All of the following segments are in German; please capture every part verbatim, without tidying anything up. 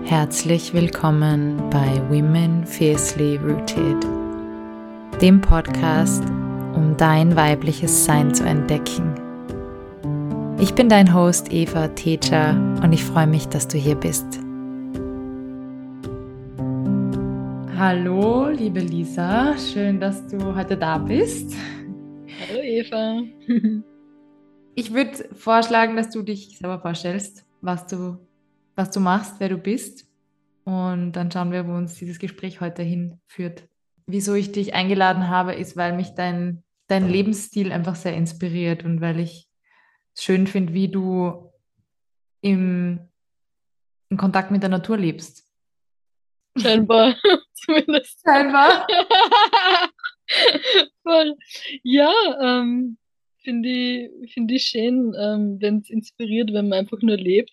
Herzlich willkommen bei Women Fiercely Rooted, dem Podcast, um dein weibliches Sein zu entdecken. Ich bin dein Host Eva Teja und ich freue mich, dass du hier bist. Hallo, liebe Lisa, schön, dass du heute da bist. Hallo Eva. Ich würde vorschlagen, dass du dich selber vorstellst, was du, was du machst, wer du bist. Und dann schauen wir, wo uns dieses Gespräch heute hinführt. Wieso ich dich eingeladen habe, ist, weil mich dein, dein Lebensstil einfach sehr inspiriert und weil ich es schön finde, wie du im, in Kontakt mit der Natur lebst. Scheinbar, zumindest. Scheinbar. Voll. Ja, ähm, finde ich, find ich schön, ähm, wenn es inspiriert, wenn man einfach nur lebt.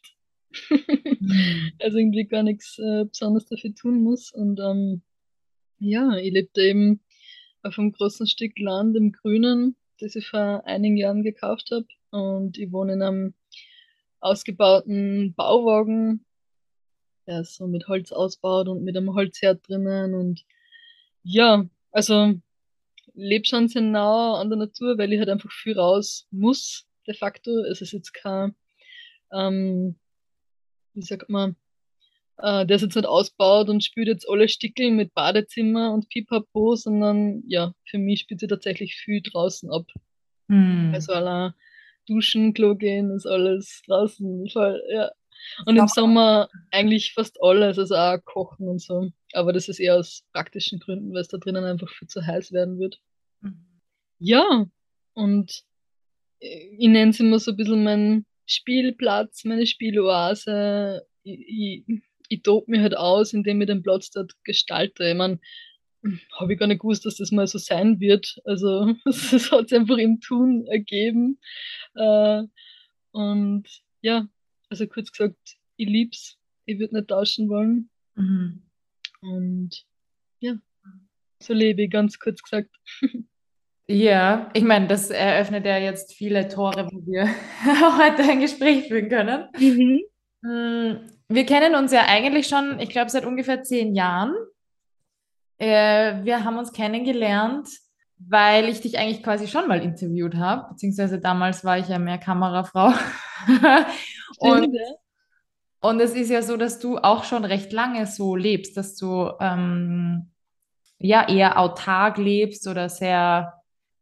Hm. Also irgendwie gar nichts äh, Besonderes dafür tun muss. Und ähm, ja, ich lebe da eben auf einem großen Stück Land im Grünen, das ich vor einigen Jahren gekauft habe. Und ich wohne in einem ausgebauten Bauwagen, der ist so mit Holz ausbaut und mit einem Holzherd drinnen. Und ja, also lebe schon sehr nah an der Natur, weil ich halt einfach viel raus muss, de facto. Es ist jetzt kein, ähm, wie sagt man, äh, der ist jetzt nicht ausbaut und spült jetzt alle Stickel mit Badezimmer und Pipapo, sondern ja, für mich spielt sie tatsächlich viel draußen ab. Hm. Also allein duschen, Klo gehen, ist alles draußen. Voll, ja. Und im Sommer eigentlich fast alles, also auch kochen und so. Aber das ist eher aus praktischen Gründen, weil es da drinnen einfach viel zu heiß werden wird. Ja, und ich nenne es immer so ein bisschen mein Spielplatz, meine Spieloase. Ich, ich, ich tob mich halt aus, indem ich den Platz dort gestalte. Ich meine, habe ich gar nicht gewusst, dass das mal so sein wird. Also es hat sich einfach im Tun ergeben. Äh, und ja, also kurz gesagt, ich lieb's. Ich würde nicht tauschen wollen. Mhm. Und ja, so lebe ich, ganz kurz gesagt. Ja, ich meine, das eröffnet ja jetzt viele Tore, wo wir heute ein Gespräch führen können. Mhm. Mm, Wir kennen uns ja eigentlich schon, ich glaube, seit ungefähr zehn Jahren. Äh, wir haben uns kennengelernt, weil ich dich eigentlich quasi schon mal interviewt habe, beziehungsweise damals war ich ja mehr Kamerafrau. Und, Stimmt, ja. und es ist ja so, dass du auch schon recht lange so lebst, dass du ähm, ja eher autark lebst oder sehr,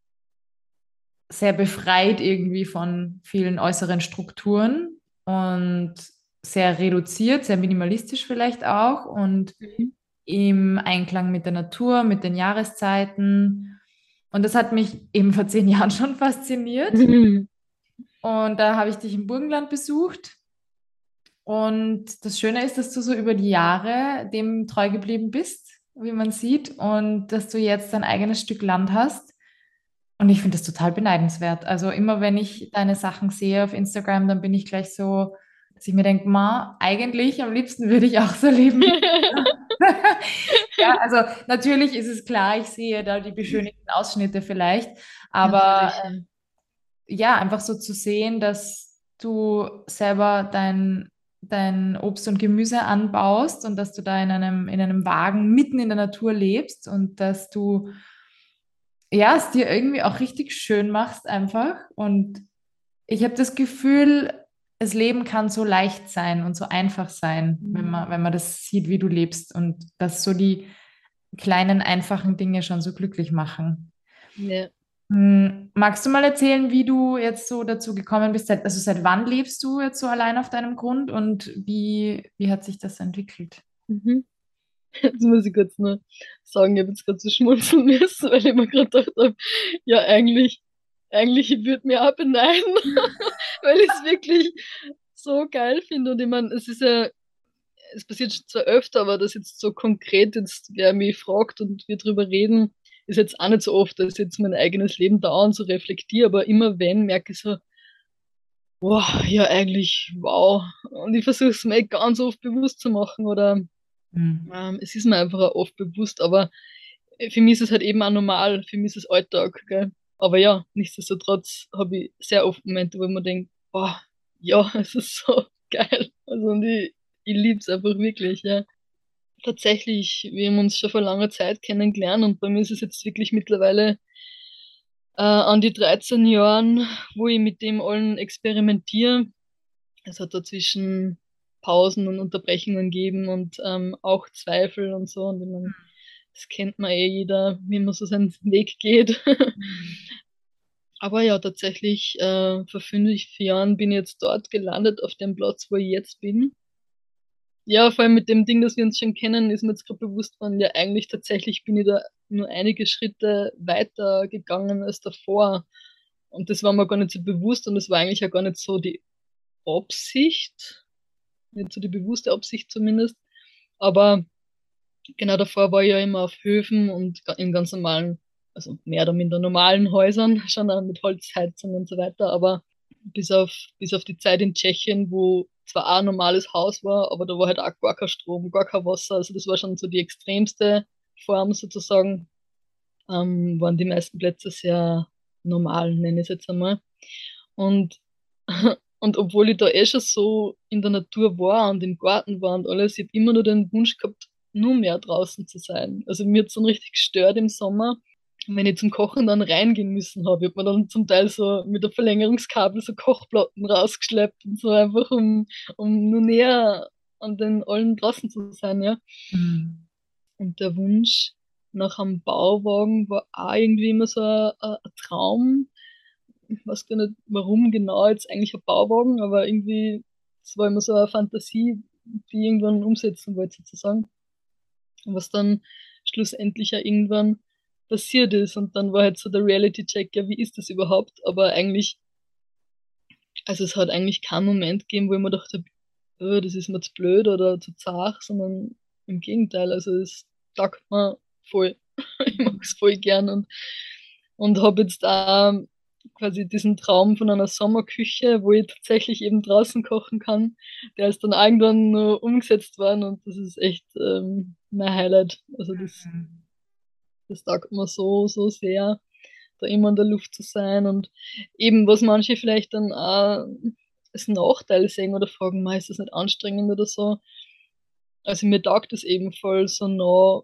sehr befreit irgendwie von vielen äußeren Strukturen und sehr reduziert, sehr minimalistisch vielleicht auch und Mhm. im Einklang mit der Natur, mit den Jahreszeiten. Und das hat mich eben vor zehn Jahren schon fasziniert. Mhm. Und da habe ich dich im Burgenland besucht. Und das Schöne ist, dass du so über die Jahre dem treu geblieben bist, wie man sieht, und dass du jetzt dein eigenes Stück Land hast. Und ich finde das total beneidenswert. Also immer wenn ich deine Sachen sehe auf Instagram, dann bin ich gleich so, dass ich mir denke, ma, eigentlich am liebsten würde ich auch so leben wie du. Ja, also natürlich ist es klar, ich sehe da die beschönigten Ausschnitte vielleicht, aber Natürlich, ja. ja, einfach so zu sehen, dass du selber dein, dein Obst und Gemüse anbaust und dass du da in einem, in einem Wagen mitten in der Natur lebst und dass du ja, es dir irgendwie auch richtig schön machst einfach. Und ich habe das Gefühl, das Leben kann so leicht sein und so einfach sein, wenn man, Mhm. wenn man das sieht, wie du lebst und dass so die kleinen, einfachen Dinge schon so glücklich machen. Ja. Hm, magst du mal erzählen, wie du jetzt so dazu gekommen bist? Seit, also seit wann lebst du jetzt so allein auf deinem Grund und wie, wie hat sich das entwickelt? Mhm. Jetzt muss ich kurz nur sagen, ich habe jetzt gerade so schmunzeln müssen, weil ich mir gerade gedacht habe, ja, eigentlich, eigentlich, ich würde mir auch beneiden, weil ich es wirklich so geil finde. Und ich meine, es ist ja, es passiert zwar öfter, aber das jetzt so konkret, jetzt wer mich fragt und wir drüber reden, ist jetzt auch nicht so oft, dass ich jetzt mein eigenes Leben dauernd so reflektiere, aber immer wenn, merke ich so, boah, ja, eigentlich, wow. Und ich versuche es mir ganz oft bewusst zu machen oder Hm. ähm, es ist mir einfach auch oft bewusst, aber für mich ist es halt eben auch normal, für mich ist es Alltag, gell? Aber ja, nichtsdestotrotz habe ich sehr oft Momente, wo ich mir denke, boah, ja, es ist so geil. Also und ich, Ich liebe es einfach wirklich, ja. Tatsächlich, wir haben uns schon vor langer Zeit kennengelernt und bei mir ist es jetzt wirklich mittlerweile äh, an die dreizehn Jahren, wo ich mit dem allen experimentiere. Es hat dazwischen Pausen und Unterbrechungen gegeben und ähm, auch Zweifel und so. Und ich mein, das kennt man eh jeder, wie man so seinen Weg geht. Aber ja, tatsächlich, äh, vor fünf Jahren bin ich jetzt dort gelandet, auf dem Platz, wo ich jetzt bin. Ja, vor allem mit dem Ding, dass wir uns schon kennen, ist mir jetzt gerade bewusst worden, ja, eigentlich tatsächlich bin ich da nur einige Schritte weiter gegangen als davor. Und das war mir gar nicht so bewusst und das war eigentlich ja gar nicht so die Absicht, nicht so die bewusste Absicht zumindest. Aber genau davor war ich ja immer auf Höfen und ga- in ganz normalen, also mehr oder minder normalen Häusern, schon auch mit Holzheizung und so weiter. Aber bis auf, bis auf die Zeit in Tschechien, wo zwar auch ein normales Haus war, aber da war halt auch gar kein Strom, gar kein Wasser. Also das war schon so die extremste Form sozusagen. Ähm, waren die meisten Plätze sehr normal, nenne ich es jetzt einmal. Und, und obwohl ich da eh schon so in der Natur war und im Garten war und alles, ich habe immer nur den Wunsch gehabt, nur mehr draußen zu sein. Also mir hat es dann richtig gestört im Sommer, wenn ich zum Kochen dann reingehen müssen habe. Ich habe mir dann zum Teil so mit der Verlängerungskabel so Kochplatten rausgeschleppt und so einfach, um, um nur näher an den allen draußen zu sein, ja. Mhm. Und der Wunsch nach einem Bauwagen war auch irgendwie immer so ein, ein ein Traum. Ich weiß gar nicht, warum genau jetzt eigentlich ein Bauwagen, aber irgendwie, es war immer so eine Fantasie, die ich irgendwann umsetzen wollte, sozusagen. Und was dann schlussendlich ja irgendwann passiert ist. Und dann war halt so der Reality-Check, ja, wie ist das überhaupt? Aber eigentlich, also es hat eigentlich keinen Moment gegeben, wo ich mir gedacht habe, oh, das ist mir zu blöd oder zu zart, sondern im Gegenteil, also es taugt mir voll. Ich mag es voll gern und, und habe jetzt da quasi diesen Traum von einer Sommerküche, wo ich tatsächlich eben draußen kochen kann, der ist dann irgendwann nur umgesetzt worden und das ist echt ähm, mein Highlight. Also das, Mhm. das taugt mir so, so sehr, da immer in der Luft zu sein und eben, was manche vielleicht dann auch als Nachteil sehen oder fragen, "Ma, ist das nicht anstrengend oder so?" Also mir taugt es eben voll so nah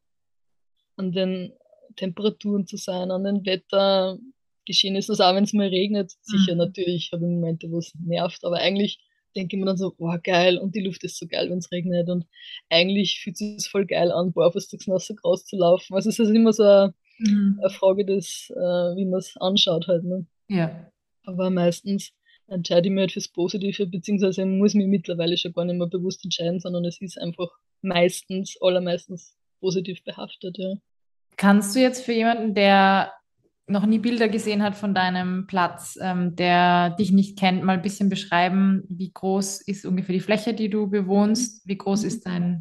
an den Temperaturen zu sein, an den Wettergeschehnissen, also auch wenn es mal regnet, sicher Mhm. natürlich habe ich Momente, wo es nervt, aber eigentlich denke ich mir dann so, wow, geil, und die Luft ist so geil, wenn es regnet und eigentlich fühlt es sich voll geil an, barfuß durchs nasse Gras zu laufen. Also es ist immer so eine, eine Mhm. Frage des, äh, wie man es anschaut halt, ne? Ja. Aber meistens entscheide ich mich halt fürs Positive, beziehungsweise muss mich mittlerweile schon gar nicht mehr bewusst entscheiden, sondern es ist einfach meistens, allermeistens positiv behaftet, ja. Kannst du jetzt für jemanden, der noch nie Bilder gesehen hat von deinem Platz, ähm, der dich nicht kennt, mal ein bisschen beschreiben, wie groß ist ungefähr die Fläche, die du Mhm. bewohnst? Wie groß Mhm. ist dein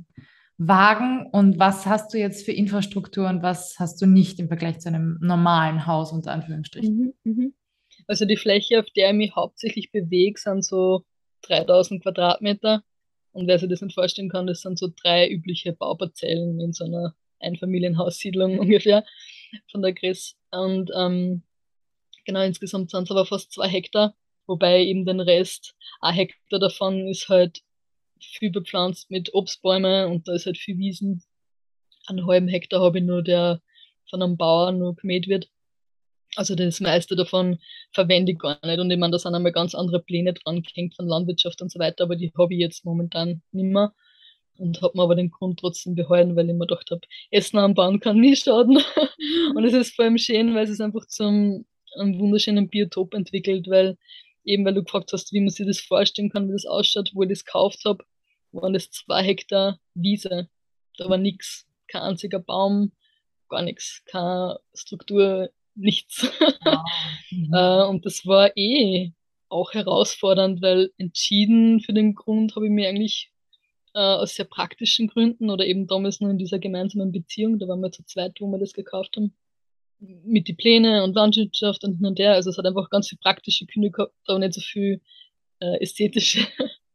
Wagen und was hast du jetzt für Infrastruktur und was hast du nicht im Vergleich zu einem normalen Haus unter Anführungsstrichen? Mhm. Mhm. Also die Fläche, auf der ich mich hauptsächlich bewege, sind so dreitausend Quadratmeter. Und wer sich das nicht vorstellen kann, das sind so drei übliche Bauparzellen in so einer Einfamilienhaussiedlung ungefähr von der Größe. Und ähm, genau, insgesamt sind es aber fast zwei Hektar, wobei eben den Rest, ein Hektar davon ist halt viel bepflanzt mit Obstbäumen und da ist halt viel Wiesen. Einen halben Hektar habe ich nur, der von einem Bauern nur gemäht wird. Also das meiste davon verwende ich gar nicht. Und ich meine, da sind einmal ganz andere Pläne dran gehängt von Landwirtschaft und so weiter, aber die habe ich jetzt momentan nicht mehr. Und habe mir aber den Grund trotzdem behalten, weil ich mir gedacht habe, Essen anbauen kann nie schaden. Und es ist vor allem schön, weil es ist einfach zum einem wunderschönen Biotop entwickelt, weil eben, weil du gefragt hast, wie man sich das vorstellen kann, wie das ausschaut, wo ich das gekauft habe, waren das zwei Hektar Wiese. Da war nichts, kein einziger Baum, gar nichts, keine Struktur, nichts. Wow. Mhm. Äh, und das war eh auch herausfordernd, weil entschieden für den Grund habe ich mir eigentlich äh, aus sehr praktischen Gründen oder eben damals nur in dieser gemeinsamen Beziehung, da waren wir zu zweit, wo wir das gekauft haben, mit die Pläne und Landwirtschaft und hin und her. Also es hat einfach ganz viel praktische Gründe gehabt, aber nicht so viel äh, ästhetische.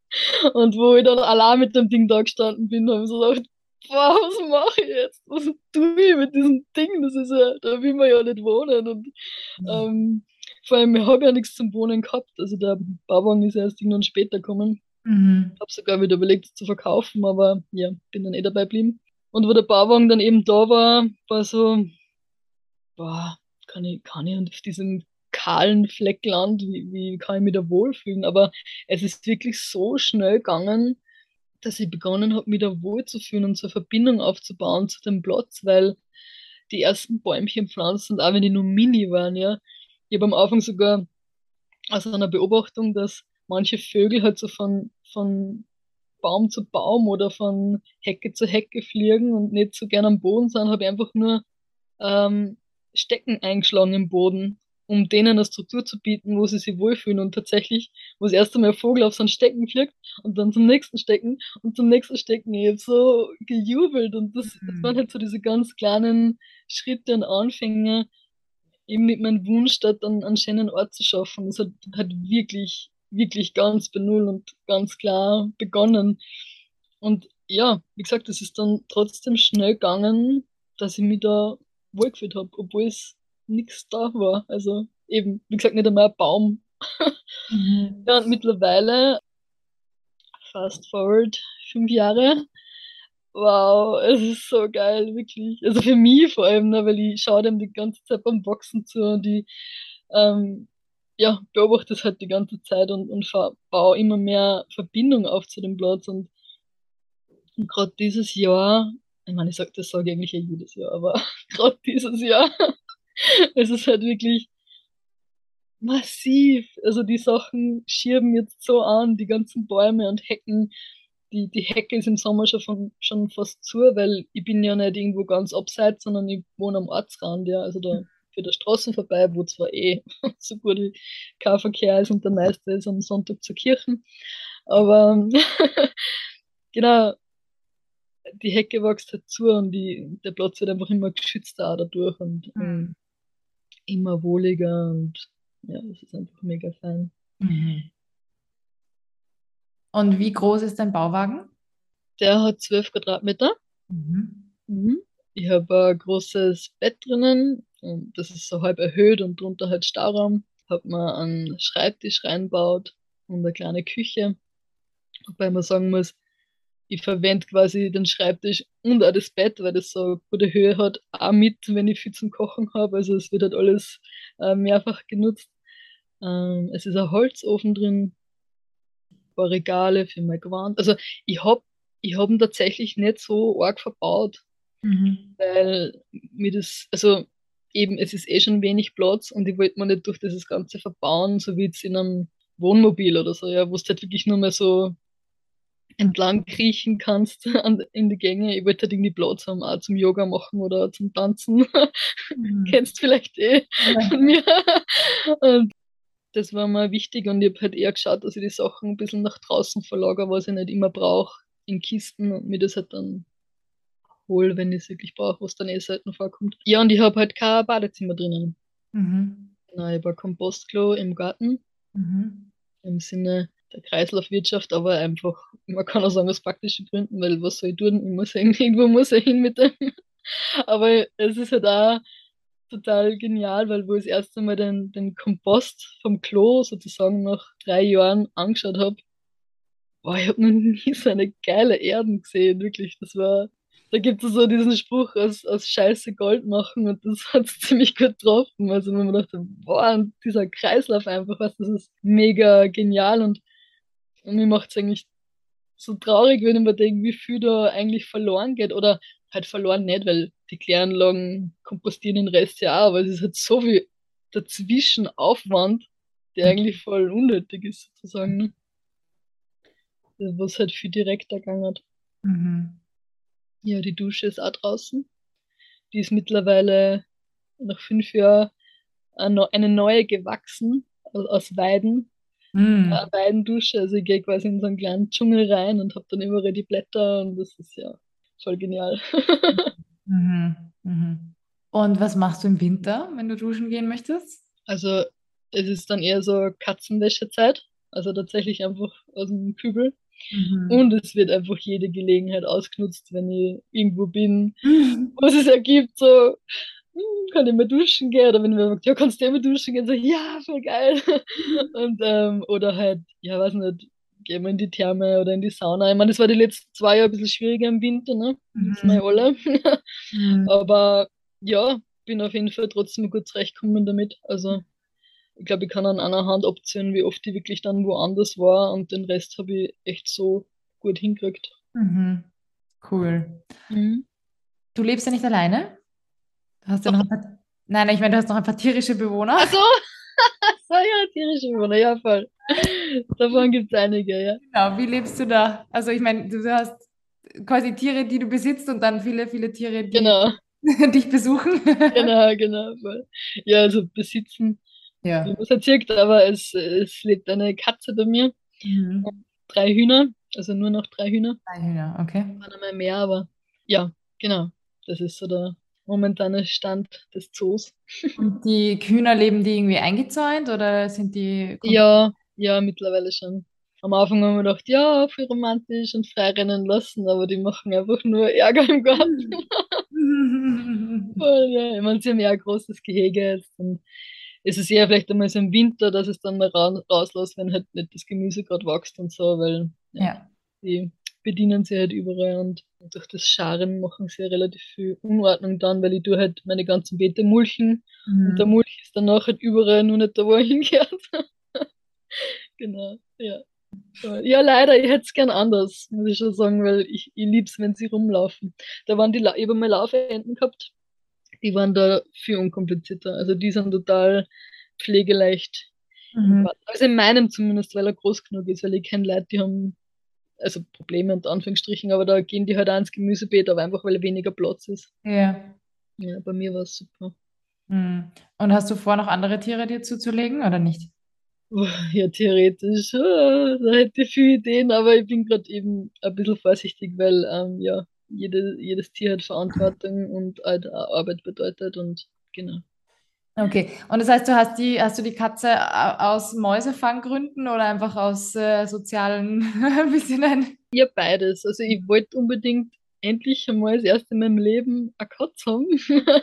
Und wo ich dann allein mit dem Ding da gestanden bin, habe ich so gedacht, boah, was mache ich jetzt? Was tue ich mit diesem Ding? Das ist ja, da will man ja nicht wohnen. Und ähm, vor allem, ich habe ja nichts zum Wohnen gehabt. Also der Bauwagen ist ja erst irgendwann später gekommen. Mhm. Habe sogar wieder überlegt, es zu verkaufen, aber ja, bin dann eh dabei geblieben. Und wo der Bauwagen dann eben da war, war so, boah, kann ich, kann ich auf diesem kahlen Fleck Land, wie, wie kann ich mich da wohlfühlen? Aber es ist wirklich so schnell gegangen, dass ich begonnen habe, mich da wohlzufühlen und so eine Verbindung aufzubauen zu dem Platz, weil die ersten Bäumchen pflanzen, und auch wenn die nur mini waren, ja. Ich habe am Anfang sogar aus einer Beobachtung, dass manche Vögel halt so von, von Baum zu Baum oder von Hecke zu Hecke fliegen und nicht so gern am Boden sind, habe ich einfach nur ähm, Stecken eingeschlagen im Boden, um denen eine Struktur zu bieten, wo sie sich wohlfühlen. Und tatsächlich, wo das erste Mal ein Vogel auf so ein Stecken fliegt und dann zum nächsten Stecken und zum nächsten Stecken, ich hab so gejubelt. Und das, das waren Mhm. halt so diese ganz kleinen Schritte und Anfänge, eben mit meinem Wunsch, dort einen, einen schönen Ort zu schaffen. Das hat, hat wirklich, wirklich ganz bei Null und ganz klar begonnen. Und ja, wie gesagt, es ist dann trotzdem schnell gegangen, dass ich mich da wohlgefühlt habe, obwohl es nichts da war. Also eben, wie gesagt, nicht einmal ein Baum. Mhm. Ja, und mittlerweile, fast forward, fünf Jahre, wow, es ist so geil, wirklich. Also für mich vor allem, ne, weil ich schaue dem die ganze Zeit beim Boxen zu und die ähm, ja, beobachte das halt die ganze Zeit und, und fa- baue immer mehr Verbindung auf zu dem Platz. Und, und gerade dieses Jahr, ich meine, ich sag, das sage ich eigentlich ja jedes Jahr, aber gerade dieses Jahr, es ist halt wirklich massiv. Also die Sachen schirben jetzt so an, die ganzen Bäume und Hecken. Die, die Hecke ist im Sommer schon, von, schon fast zu, weil ich bin ja nicht irgendwo ganz abseits, sondern ich wohne am Ortsrand, ja, also da für der Straßen vorbei, wo zwar eh so gut wie kein Verkehr ist und der meiste ist am Sonntag zur Kirche. Aber genau, die Hecke wächst halt zu und die, der Platz wird einfach immer geschützter auch dadurch und ähm, immer wohliger und ja, das ist einfach mega fein. Mhm. Und wie groß ist dein Bauwagen? Der hat zwölf Quadratmeter. Mhm. Mhm. Ich habe ein großes Bett drinnen und das ist so halb erhöht und drunter halt Stauraum. Habe mir einen Schreibtisch reinbaut und eine kleine Küche. Wobei man sagen muss, ich verwende quasi den Schreibtisch und auch das Bett, weil das so eine gute Höhe hat, auch mit, wenn ich viel zum Kochen habe. Also es wird halt alles äh, mehrfach genutzt. Ähm, es ist ein Holzofen drin, ein paar Regale für mein Gewand. Also ich habe ich hab ihn tatsächlich nicht so arg verbaut, Mhm. weil mir das, also eben, es ist eh schon wenig Platz und ich wollte mir nicht durch dieses ganze Verbauen, so wie jetzt in einem Wohnmobil oder so, ja, wo du halt wirklich nur mehr so entlang kriechen kannst an, in die Gänge. Ich wollte halt irgendwie Platz haben, auch zum Yoga machen oder zum Tanzen. Mhm. Kennst vielleicht eh Ja. von mir. Und das war mir wichtig und ich habe halt eher geschaut, dass ich die Sachen ein bisschen nach draußen verlagere, was ich nicht immer brauche, in Kisten und mir das halt dann hole, wenn ich es wirklich brauche, was dann eh selten vorkommt. Ja, und ich habe halt kein Badezimmer drinnen. Mhm. Genau, ich habe ein Kompostklo im Garten, Mhm. im Sinne der Kreislaufwirtschaft, aber einfach, man kann auch sagen, aus praktischen Gründen, weil was soll ich tun? Ich muss ja irgendwo muss ich hin mit dem. Aber es ist halt auch total genial, weil wo ich das erste Mal den, den Kompost vom Klo sozusagen nach drei Jahren angeschaut habe, boah, ich habe noch nie so eine geile Erden gesehen, wirklich. Das war, da gibt es so diesen Spruch, aus, aus Scheiße Gold machen und das hat es ziemlich gut getroffen. Also wenn man dachte, boah, und dieser Kreislauf einfach, was, das ist mega genial und, und mir macht es eigentlich so traurig, wenn ich mir denke, wie viel da eigentlich verloren geht oder halt verloren nicht, weil die Kläranlagen kompostieren den Rest ja auch, aber es ist halt so viel dazwischen Aufwand, der eigentlich voll unnötig ist, sozusagen, ne? Was halt viel direkter gegangen hat. Mhm. Ja, die Dusche ist auch draußen. Die ist mittlerweile nach fünf Jahren eine eine neue gewachsen, aus, aus Weiden. Eine Mhm. Weidendusche. Also ich gehe quasi in so einen kleinen Dschungel rein und habe dann überall die Blätter und das ist ja voll genial. Mhm. Mhm. Und was machst du im Winter, wenn du duschen gehen möchtest? Also es ist dann eher so Katzenwäschezeit. Also tatsächlich einfach aus dem Kübel. Mhm. Und es wird einfach jede Gelegenheit ausgenutzt, wenn ich irgendwo bin, Mhm. wo es es ergibt, so, hm, kann ich mal duschen gehen? Oder wenn mir sagt, ja, kannst du mal duschen gehen? So, ja, voll geil. Und, ähm, oder halt, ja, weiß nicht, gehen wir in die Therme oder in die Sauna. Ich meine, das war die letzten zwei Jahre ein bisschen schwieriger im Winter, ne? Wissen wir Mhm. ja alle. Mhm. Aber ja, bin auf jeden Fall trotzdem gut zurechtgekommen damit. Also ich glaube, ich kann an einer Hand abzählen, wie oft ich wirklich dann woanders war und den Rest habe ich echt so gut hingekriegt. Mhm. Cool. Mhm. Du lebst ja nicht alleine. Du hast ja noch Doch. ein paar, nein, ich meine, du hast noch ein paar tierische Bewohner. Ach so, so ja, tierische Bewohner, ja voll. Davon gibt es einige, ja. Genau, wie lebst du da? Also ich meine, du hast quasi Tiere, die du besitzt und dann viele, viele Tiere, die Genau, dich besuchen. genau, genau, voll. Ja, also besitzen, wie Ja. man es erzählt, aber es, es lebt eine Katze bei mir, Mhm. drei Hühner, also nur noch drei Hühner. Drei Hühner, okay. Waren einmal mehr, aber ja, genau. Das ist so der momentane Stand des Zoos. Und die Hühner leben die irgendwie eingezäunt oder sind die komplett? Ja, ja, mittlerweile schon. Am Anfang haben wir gedacht, ja, viel romantisch und frei rennen lassen, aber die machen einfach nur Ärger im Garten. Voll, ja. Ich meine, sie haben ja ein großes Gehege jetzt und es ist eher vielleicht einmal so im Winter, dass es dann mal ra rauslässt, wenn halt nicht das Gemüse gerade wächst und so, weil ja, Ja. die bedienen sie halt überall und durch das Scharen machen sie ja relativ viel Unordnung dann, weil ich tue halt meine ganzen Beete mulchen und der Mhm. Mulch ist danach halt überall nur nicht da, wo er hingehört. Genau, ja. Voll. Ja, leider, ich hätte es gern anders, muss ich schon sagen, weil ich, ich lieb's, wenn sie rumlaufen. Da waren die, La ich habe mal Laufenten gehabt, die waren da viel unkomplizierter. Also die sind total pflegeleicht im Mhm. Garten. Also in meinem zumindest, weil er groß genug ist, weil ich kenne Leute, die haben also Probleme unter Anführungsstrichen, aber da gehen die halt auch ins Gemüsebeet, aber einfach weil weniger Platz ist. Ja. Ja, bei mir war es super. Mhm. Und hast du vor, noch andere Tiere dir zuzulegen oder nicht? Uah, ja, theoretisch, ah, da hätte ich viele Ideen, aber ich bin gerade eben ein bisschen vorsichtig, weil ähm, ja, jede, jedes Tier hat Verantwortung und halt auch Arbeit bedeutet und genau. Okay. Und das heißt, du hast die, hast du die Katze au- aus Mäusefanggründen oder einfach aus äh, sozialen ein bisschen ein. Ja, beides. Also ich wollte unbedingt endlich einmal das erste in meinem Leben eine Katze haben.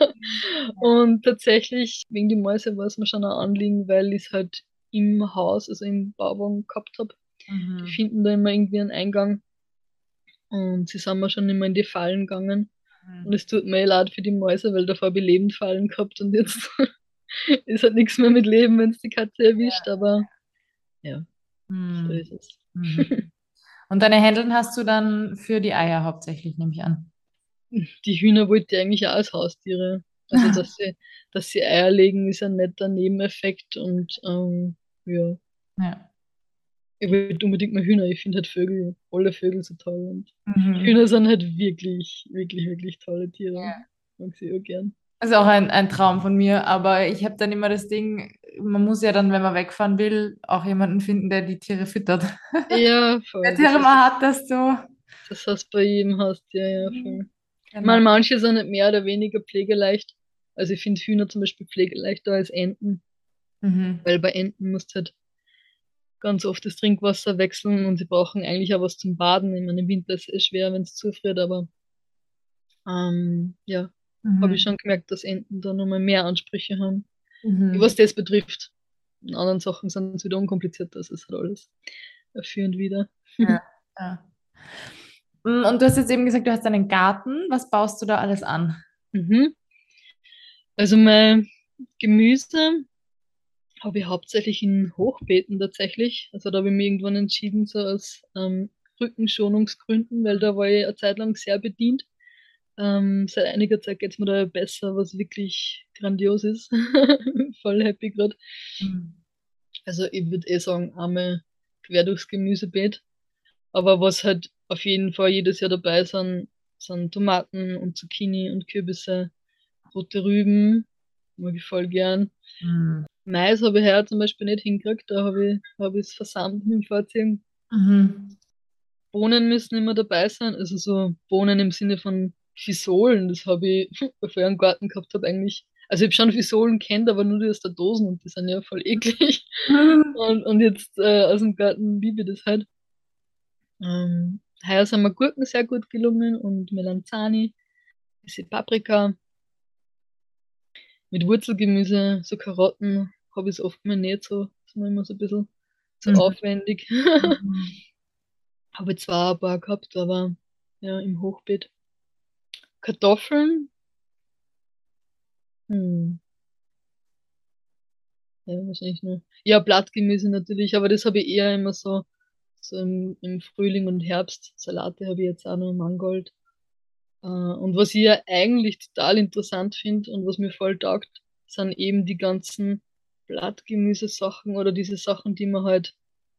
Und tatsächlich, wegen die Mäuse war es mir schon ein Anliegen, weil ich es halt im Haus, also im Bauwagen gehabt habe. Die Mhm. finden da immer irgendwie einen Eingang und sie sind mir schon immer in die Fallen gegangen. Und Mhm. es tut mir leid für die Mäuse, weil davor habe ich lebend Fallen gehabt und jetzt ist halt nichts mehr mit Leben, wenn es die Katze erwischt, aber ja, so Mhm. ist es. Mhm. Und deine Händeln hast du dann für die Eier hauptsächlich, nehme ich an. Die Hühner wollte ich eigentlich auch als Haustiere. Also, dass sie, dass sie Eier legen, ist ein netter Nebeneffekt und ähm, ja, Ja. ich wollte unbedingt mal Hühner. Ich finde halt Vögel, alle Vögel so toll und Mhm. Hühner sind halt wirklich, wirklich, wirklich tolle Tiere. Mag sie auch gern. Das ist auch ein, ein Traum von mir, aber ich habe dann immer das Ding, man muss ja dann, wenn man wegfahren will, auch jemanden finden, der die Tiere füttert. Ja, Der voll. Das Tiere ist, mal hat das so. das hast bei jedem Haustier, ja, Mhm. voll. Ich Genau. meine, manche sind nicht mehr oder weniger pflegeleicht. Also ich finde Hühner zum Beispiel pflegeleichter als Enten, Mhm. weil bei Enten musst du halt ganz oft das Trinkwasser wechseln und sie brauchen eigentlich auch was zum Baden. Ich meine, im Winter ist es eh schwer, wenn es zufriert, aber ähm, ja, habe ich Mhm. schon gemerkt, dass Enten da nochmal mehr Ansprüche haben. Was Mhm. das betrifft. In anderen Sachen sind es wieder unkompliziert, das ist halt alles dafür und wieder. Ja. Ja. Mm, und du hast jetzt eben gesagt, du hast einen Garten. Was baust du da alles an? Mhm. Also mein Gemüse habe ich hauptsächlich in Hochbeeten tatsächlich. Also da habe ich mir irgendwann entschieden, so aus ähm, Rückenschonungsgründen, weil da war ich eine Zeit lang sehr bedient. Ähm, seit einiger Zeit geht es mir da besser, was wirklich grandios ist. Voll happy gerade. Mhm. Also ich würde eh sagen, einmal quer durchs Gemüsebeet. Aber was halt auf jeden Fall jedes Jahr dabei sind, sind Tomaten und Zucchini und Kürbisse, rote Rüben, mag ich voll gern. Mhm. Mais habe ich heuer zum Beispiel nicht hingekriegt, da habe ich, hab ich es versammelt mit dem Vorziehen. Mhm. Bohnen müssen immer dabei sein, also so Bohnen im Sinne von Fisolen, das habe ich, bevor ich einen Garten gehabt habe, eigentlich. Also ich habe schon Fisolen kennt, aber nur die aus der Dosen und die sind ja voll eklig. Mhm. Und, und jetzt äh, aus dem Garten liebe ich das halt. Ähm, heuer sind mir Gurken sehr gut gelungen und Melanzani, bisschen Paprika, mit Wurzelgemüse, so Karotten habe ich es oft mal nicht so, ist mir immer so ein bisschen zu Mhm. aufwendig. Habe ich zwar ein paar gehabt, aber ja, im Hochbeet. Kartoffeln, hm, ja, wahrscheinlich nur. Ja, Blattgemüse natürlich, aber das habe ich eher immer so, so im, im Frühling und Herbst. Salate habe ich jetzt auch noch, Mangold. Äh, und was ich ja eigentlich total interessant finde und was mir voll taugt, sind eben die ganzen Blattgemüsesachen oder diese Sachen, die man halt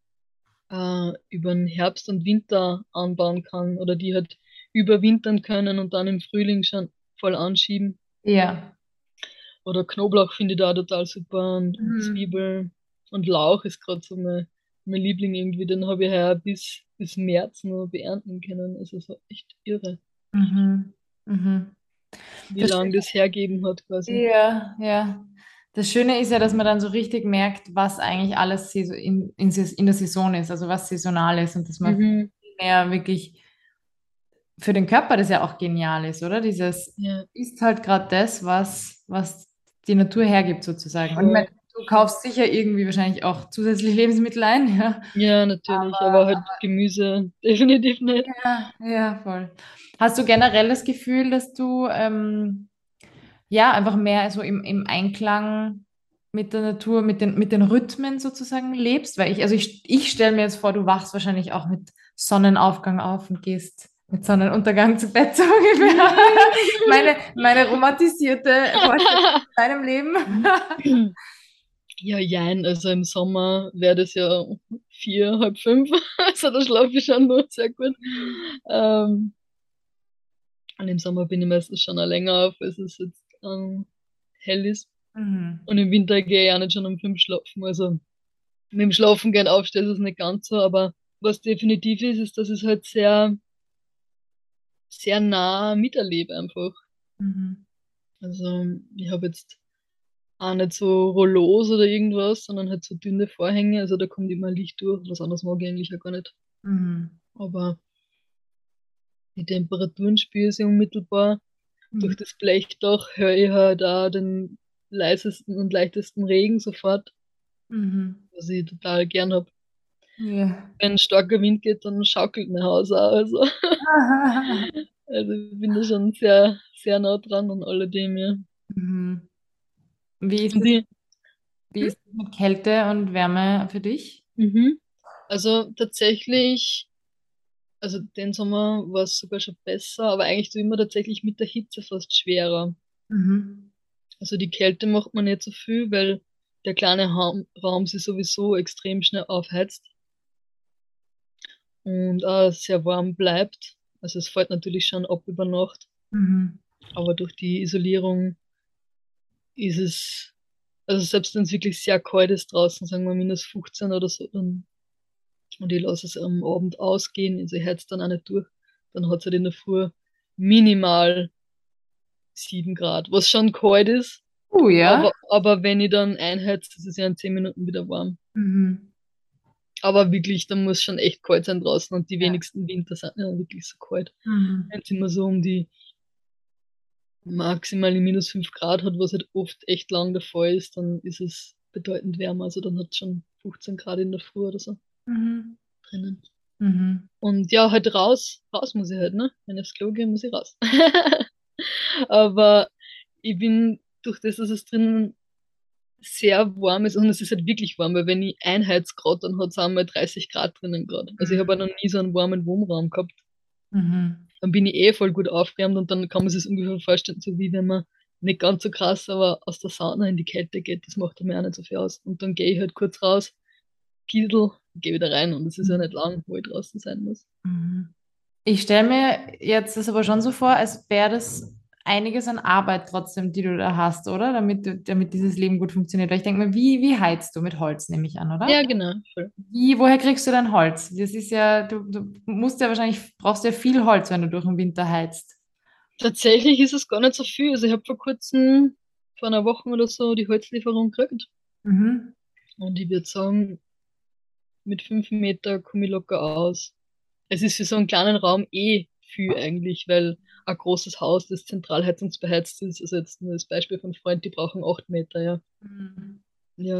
äh, über den Herbst und Winter anbauen kann oder die halt überwintern können und dann im Frühling schon voll anschieben. Ja. Oder Knoblauch finde ich da total super und, und Mhm. Zwiebel und Lauch ist gerade so mein, mein Liebling irgendwie. Den habe ich heuer bis, bis März noch beernten können. Also so echt irre, Mhm. Mhm. wie Das lange das hergeben hat quasi. Ja, ja. Das Schöne ist ja, dass man dann so richtig merkt, was eigentlich alles saison- in, in, Sais- in der Saison ist, also was saisonal ist und dass man Mhm. viel mehr wirklich für den Körper das ja auch genial ist, oder? Dieses Ja, ist halt gerade das, was, was die Natur hergibt sozusagen. Und ich meine, voll. du Voll. kaufst sicher irgendwie wahrscheinlich auch zusätzlich Lebensmittel ein, ja. Ja, natürlich, aber halt Gemüse definitiv nicht. Ja, ja, voll. Hast du generell das Gefühl, dass du ähm, ja, einfach mehr so im, im Einklang mit der Natur, mit den, mit den Rhythmen sozusagen lebst, weil ich, also ich, ich stelle mir jetzt vor, du wachst wahrscheinlich auch mit Sonnenaufgang auf und gehst mit Sonnenuntergang zu Bett, so ungefähr. Meine, meine romantisierte Vorstellung von deinem Leben. Ja, jein, also im Sommer wäre das ja vier, halb fünf, also da schlafe ich schon noch sehr gut. Ähm, und im Sommer bin ich meistens schon auch länger auf, als es jetzt ähm, hell ist. Mhm. Und im Winter gehe ich auch nicht schon um fünf schlafen, also mit dem Schlafen gehen aufstehen ist es nicht ganz so, aber was definitiv ist, ist, dass ich es halt sehr, sehr nah miterlebe einfach. Mhm. Also ich habe jetzt auch nicht so Rollos oder irgendwas, sondern halt so dünne Vorhänge, also da kommt immer Licht durch, was anderes mag ich eigentlich ja gar nicht. Mhm. Aber die Temperaturen spüre ich unmittelbar. Durch Mhm. das Blechdach höre ich halt auch den leisesten und leichtesten Regen sofort, Mhm. was ich total gern habe. Ja. Wenn ein starker Wind geht, dann schaukelt mein Haus auch. Also, also ich bin da schon sehr, sehr nah dran an alledem, ja. Mhm. Wie ist Und es, die, wie hm? ist es mit Kälte und Wärme für dich? Mhm. Also tatsächlich, also den Sommer war es sogar schon besser, aber eigentlich so immer tatsächlich mit der Hitze fast schwerer. Mhm. Also die Kälte macht man nicht so viel, weil der kleine Raum, Raum sich sowieso extrem schnell aufheizt und auch sehr warm bleibt. Also es fällt natürlich schon ab über Nacht, Mhm. aber durch die Isolierung ist es, also selbst wenn es wirklich sehr kalt ist draußen, sagen wir minus fünfzehn oder so, dann, und ich lasse es am Abend ausgehen, also ich heiz dann auch nicht durch, dann hat es halt in der Früh minimal sieben Grad, was schon kalt ist, Oh ja. aber, aber wenn ich dann einheiz, ist es ja in zehn Minuten wieder warm. Mhm. Aber wirklich, da muss schon echt kalt sein draußen und die Ja. wenigsten Winter sind ja wirklich so kalt. Mhm. Wenn es immer so um die maximal die minus fünf Grad hat, was halt oft echt lang der Fall ist, dann ist es bedeutend wärmer. Also dann hat es schon fünfzehn Grad in der Früh oder so Mhm. drinnen. Mhm. Und ja, halt raus, raus muss ich halt, ne? Wenn ich aufs Klo gehe, muss ich raus. Aber ich bin durch das, dass es drinnen sehr warm ist und es ist halt wirklich warm, weil wenn ich einheiz grad, dann hat es einmal dreißig Grad drinnen gerade. Also ich habe ja noch nie so einen warmen Wohnraum gehabt. Mhm. Dann bin ich eh voll gut aufgewärmt und dann kann man sich das ungefähr vorstellen, so wie wenn man nicht ganz so krass, aber aus der Sauna in die Kälte geht. Das macht mir auch nicht so viel aus. Und dann gehe ich halt kurz raus, Kiesel, gehe wieder rein und es ist ja nicht lang, wo ich draußen sein muss. Mhm. Ich stelle mir jetzt das aber schon so vor, als wäre das einiges an Arbeit trotzdem, die du da hast, oder? Damit, du, damit dieses Leben gut funktioniert. Weil ich denke mir, wie, wie heizt du mit Holz, nehme ich an, oder? Ja, genau, voll. Wie, woher kriegst du dein Holz? Das ist ja, du, du musst ja wahrscheinlich, brauchst ja viel Holz, wenn du durch den Winter heizt. Tatsächlich ist es gar nicht so viel. Also ich habe vor kurzem, vor einer Woche oder so, die Holzlieferung gekriegt. Mhm. Und ich würde sagen, mit fünf Meter komme ich locker aus. Es ist für so einen kleinen Raum eh viel eigentlich, weil ein großes Haus, das zentral heizungsbeheizt ist, also jetzt nur das Beispiel von Freund, die brauchen acht Meter, ja. Mhm. Ja.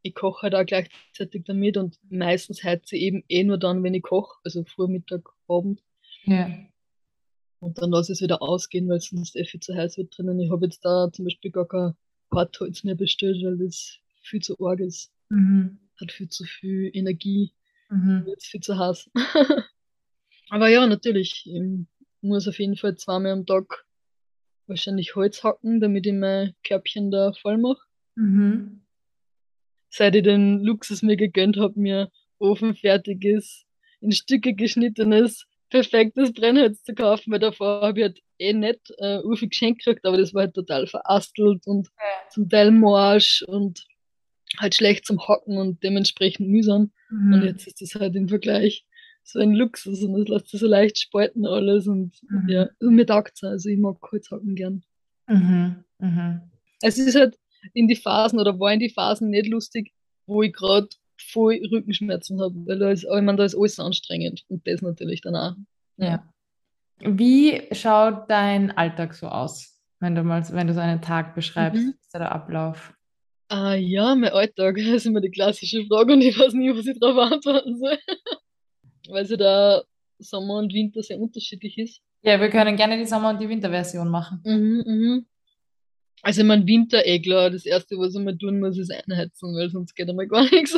ich koche halt auch gleichzeitig damit und meistens heize ich eben eh nur dann, wenn ich koche, also Früh, Mittag, Abend. Ja. Und dann lasse ich es wieder ausgehen, weil es sonst eh viel zu heiß wird drinnen. Ich habe jetzt da zum Beispiel gar kein Hartholz mehr bestellt, weil das viel zu arg ist. Mhm. Hat viel zu viel Energie, Mhm. wird viel zu heiß. Aber ja, natürlich, ich muss auf jeden Fall zweimal am Tag wahrscheinlich Holz hacken, damit ich mein Körbchen da voll mache. Mhm. Seit ich den Luxus mir gegönnt habe, mir ofenfertiges, in Stücke geschnittenes, perfektes Brennholz zu kaufen, weil davor habe ich halt eh nicht äh, viel geschenkt gekriegt, aber das war halt total verastelt und zum Teil morsch und halt schlecht zum Hacken und dementsprechend mühsam. Und Mhm. jetzt ist das halt im Vergleich so ein Luxus und das lässt sich so leicht spalten alles und Mhm. ja, und mir taugt es. Also ich mag Holzhacken gern. Mhm. Mhm. Es ist halt in die Phasen oder war in die Phasen nicht lustig, wo ich gerade voll Rückenschmerzen habe, weil da ist, ich meine, da ist alles anstrengend und das natürlich dann auch. Ja. Ja. Wie schaut dein Alltag so aus, wenn du mal, wenn du so einen Tag beschreibst? Mhm. Wie ist da der Ablauf? Ah ja, mein Alltag, das ist immer die klassische Frage und ich weiß nie, was ich darauf antworten soll, weil sie da Sommer und Winter sehr unterschiedlich ist. Ja, wir können gerne die Sommer- und die Winterversion machen. Mhm, mhm. Also mein Winter, eh klar, das Erste, was ich mal tun muss, ist einheizen, weil sonst geht einmal gar nichts.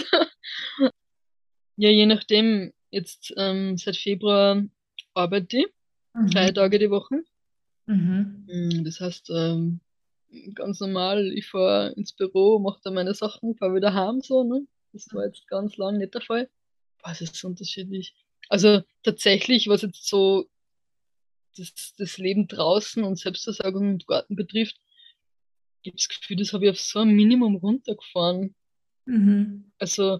Ja, je nachdem, jetzt ähm, seit Februar arbeite ich, drei Mhm. Tage die Woche. Mhm. Mm, Das heißt, ähm, ganz normal, ich fahre ins Büro, mache da meine Sachen, fahre wieder heim, so, ne? Das war jetzt ganz lang nicht der Fall. Boah, es ist so unterschiedlich. Also tatsächlich, was jetzt so das, das Leben draußen und Selbstversorgung und Garten betrifft, ich habe das Gefühl, das habe ich auf so ein Minimum runtergefahren. Mhm. Also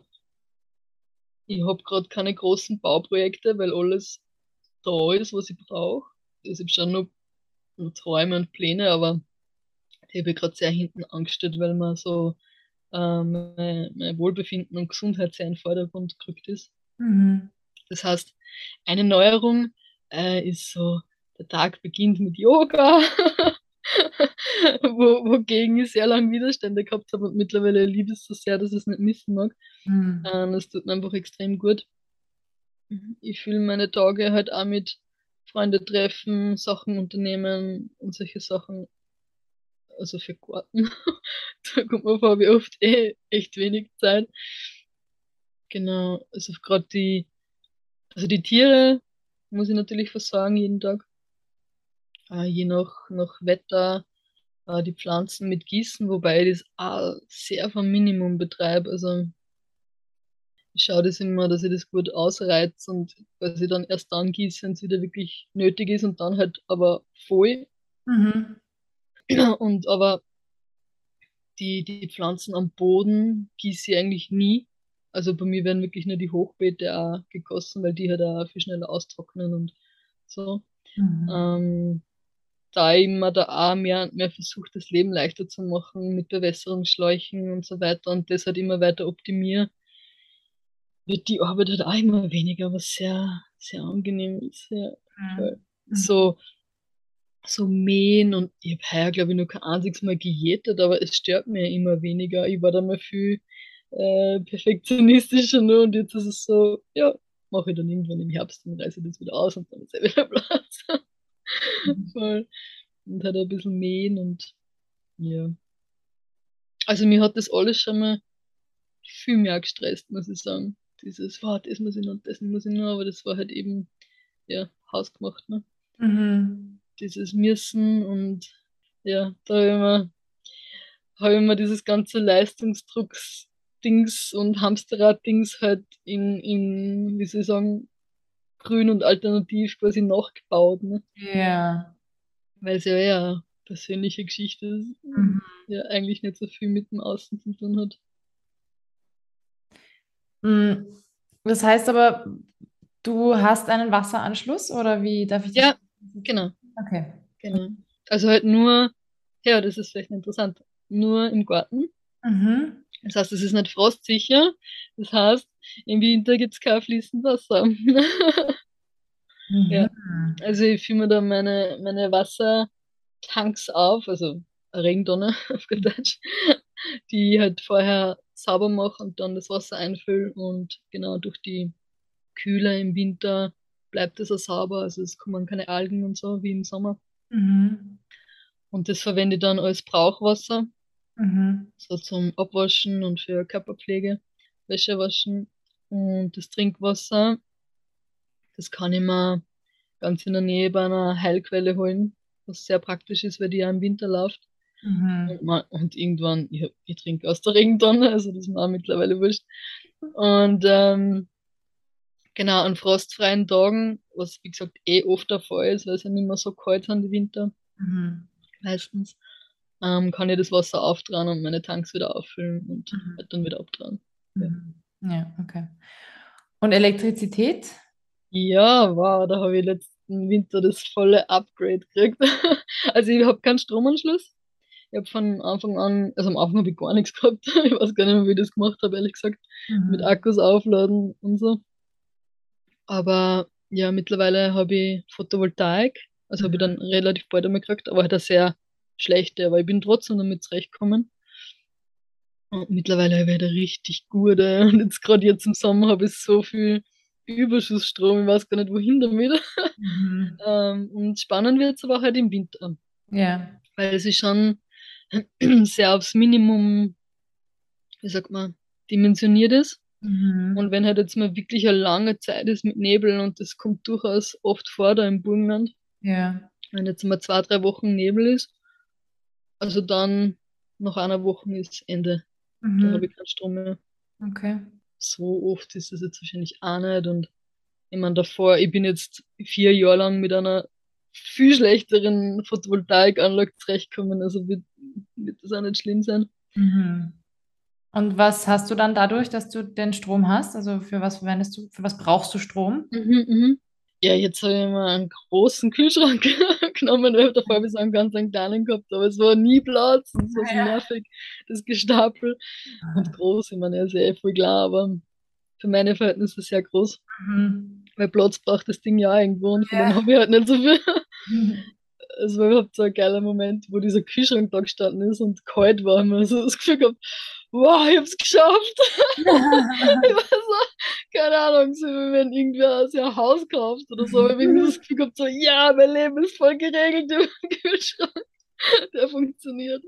ich habe gerade keine großen Bauprojekte, weil alles da ist, was ich brauche. Also ich habe schon noch, noch Träume und Pläne, aber die habe ich gerade sehr hinten angestellt, weil man so ähm, mein, mein Wohlbefinden und Gesundheit sehr in den Vordergrund gerückt ist. Mhm. Das heißt, eine Neuerung äh, ist so, der Tag beginnt mit Yoga, wo, wogegen ich sehr lange Widerstände gehabt habe und mittlerweile liebe ich es so sehr, dass ich es nicht missen mag. Mhm. Ähm, das tut mir einfach extrem gut. Ich fühle meine Tage halt auch mit Freunde treffen, Sachen unternehmen und solche Sachen, also für Garten. Da kommt man vor, wie oft eh echt wenig Zeit. Genau, also gerade die, also die Tiere muss ich natürlich versorgen jeden Tag. Äh, je nach, nach Wetter, äh, die Pflanzen mit Gießen, wobei ich das auch sehr vom Minimum betreibe. Also ich schaue das immer, dass ich das gut ausreiz und dass ich dann erst dann gieße, wenn es wieder wirklich nötig ist und dann halt aber voll. Mhm. Und aber die, die Pflanzen am Boden gieße ich eigentlich nie. Also bei mir werden wirklich nur die Hochbeete auch gegossen, weil die halt auch viel schneller austrocknen und so. Mhm. Ähm, da ich mir da auch mehr und mehr versuche, das Leben leichter zu machen mit Bewässerungsschläuchen und so weiter und das halt immer weiter optimiere, wird die Arbeit halt auch immer weniger, was sehr, sehr angenehm ist. Ja, voll. Mhm. So, so mähen und ich habe heuer, glaube ich, noch kein einziges Mal gejätet, aber es stört mir immer weniger. Ich war da mal viel äh, perfektionistischer nur und jetzt ist es so, ja, mache ich dann irgendwann im Herbst und reiße ich das wieder aus und dann ist er wieder Platz. Voll. Und halt ein bisschen mähen und ja. Also mir hat das alles schon mal viel mehr gestresst, muss ich sagen. Dieses, wow, das muss ich noch, das muss ich noch, aber das war halt eben, ja, hausgemacht, ne? Mhm. Dieses Müssen und ja, da habe ich immer, hab ich immer dieses ganze Leistungsdrucks-Dings und Hamsterrad-Dings halt in, in, wie soll ich sagen, grün und alternativ quasi nachgebaut, ne? Ja. Weil es ja eher eine persönliche Geschichte ist und Mhm. ja eigentlich nicht so viel mit dem Außen zu tun hat. Mhm. Das heißt aber, du hast einen Wasseranschluss oder wie darf ich das? Ja, genau. Okay. Genau. Also halt nur, ja, das ist vielleicht interessant, nur im Garten. Mhm. Das heißt, es ist nicht frostsicher. Das heißt, im Winter gibt es kein fließend Wasser. Ja, Mhm. also ich fülle mir da meine, meine Wassertanks auf, also eine Regentonne auf gut Deutsch. die ich halt vorher sauber mache und dann das Wasser einfülle und genau durch die Kühle im Winter bleibt es auch sauber, also es kommen keine Algen und so wie im Sommer. Mhm. Und das verwende ich dann als Brauchwasser, Mhm. so zum Abwaschen und für Körperpflege, Wäsche waschen. Und das Trinkwasser, das kann ich mir ganz in der Nähe bei einer Heilquelle holen, was sehr praktisch ist, weil die ja im Winter läuft. Mhm. Und, man, und irgendwann, ich, ich trinke aus der Regentonne, also das ist mir auch mittlerweile wurscht. Und ähm, genau, an frostfreien Tagen, was wie gesagt eh oft der Fall ist, weil es ja nicht mehr so kalt sind die Winter, Mhm. meistens, ähm, kann ich das Wasser auftragen und meine Tanks wieder auffüllen und Mhm. halt dann wieder abtragen. Ja. Mhm. Ja, okay. Und Elektrizität? Ja, wow, da habe ich letzten Winter das volle Upgrade gekriegt. Also ich habe keinen Stromanschluss. Ich habe von Anfang an, also am Anfang habe ich gar nichts gehabt. Ich weiß gar nicht mehr, wie ich das gemacht habe, ehrlich gesagt. Mit Mhm. Akkus aufladen und so. Aber ja, mittlerweile habe ich Photovoltaik. Also habe ich dann Mhm. relativ bald einmal gekriegt, aber halt eine sehr schlechte. Aber ich bin trotzdem damit zurechtgekommen. Und mittlerweile habe ich wieder richtig gute. Und jetzt gerade jetzt im Sommer habe ich so viel Überschussstrom. Ich weiß gar nicht, wohin damit. Mhm. Ähm, und spannend wird es aber auch halt im Winter. Ja. Weil es ist schon sehr aufs Minimum, wie sagt man, dimensioniert ist. Und Mhm. wenn halt jetzt mal wirklich eine lange Zeit ist mit Nebel und das kommt durchaus oft vor da im Burgenland, Ja. wenn jetzt mal zwei, drei Wochen Nebel ist, also dann nach einer Woche ist Ende. Da habe Mhm. ich keinen Strom mehr. Okay. So oft ist das jetzt wahrscheinlich auch nicht. Und ich meine, davor, ich bin jetzt vier Jahre lang mit einer viel schlechteren Photovoltaikanlage zurechtgekommen, also wird, wird das auch nicht schlimm sein. Mhm. Und was hast du dann dadurch, dass du den Strom hast? Also für was verwendest du, für was brauchst du Strom? Mhm, mhm. Ja, jetzt habe ich mal einen großen Kühlschrank genommen, weil ich davor bis einen ganz einen kleinen gehabt, aber es war nie Platz und es war so Ja. nervig, das Gestapel. Und groß, ich meine, er ist ja eh voll klar, aber für meine Verhältnisse sehr groß, Mhm. weil Platz braucht das Ding ja auch irgendwo und von dem Ja. habe ich halt nicht so viel. Mhm. Es war überhaupt so ein geiler Moment, wo dieser Kühlschrank da gestanden ist und kalt war. Und man so das Gefühl gehabt, wow, ich hab's geschafft. Ich war so, keine Ahnung, so wie wenn irgendwer sich ein Haus kauft oder so. Ich habe irgendwie das Gefühl gehabt, so, ja, mein Leben ist voll geregelt im Kühlschrank. Der funktioniert.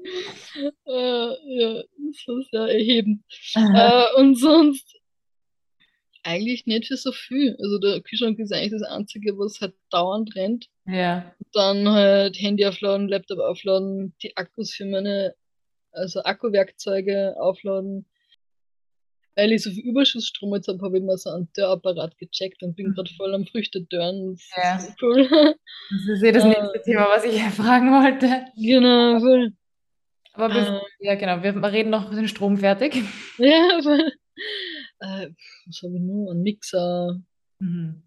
Äh, ja, das war sehr erhebend. Äh, und sonst eigentlich nicht für so viel. Also der Kühlschrank ist eigentlich das Einzige, was halt dauernd rennt. Ja. Dann halt Handy aufladen, Laptop aufladen, die Akkus für meine, also Akkuwerkzeuge aufladen. Weil ich so viel Überschussstrom jetzt habe, habe ich mal so einen Dörrapparat gecheckt und bin gerade voll am Früchte dörren. Das ist Ja. so cool. Das ist eh das äh, nächste Thema, was ich fragen wollte. genau, voll. Aber bevor, Äh, ja genau, wir reden noch den Strom fertig. ja, voll. Äh, was habe ich nur? Ein Mixer. Mhm.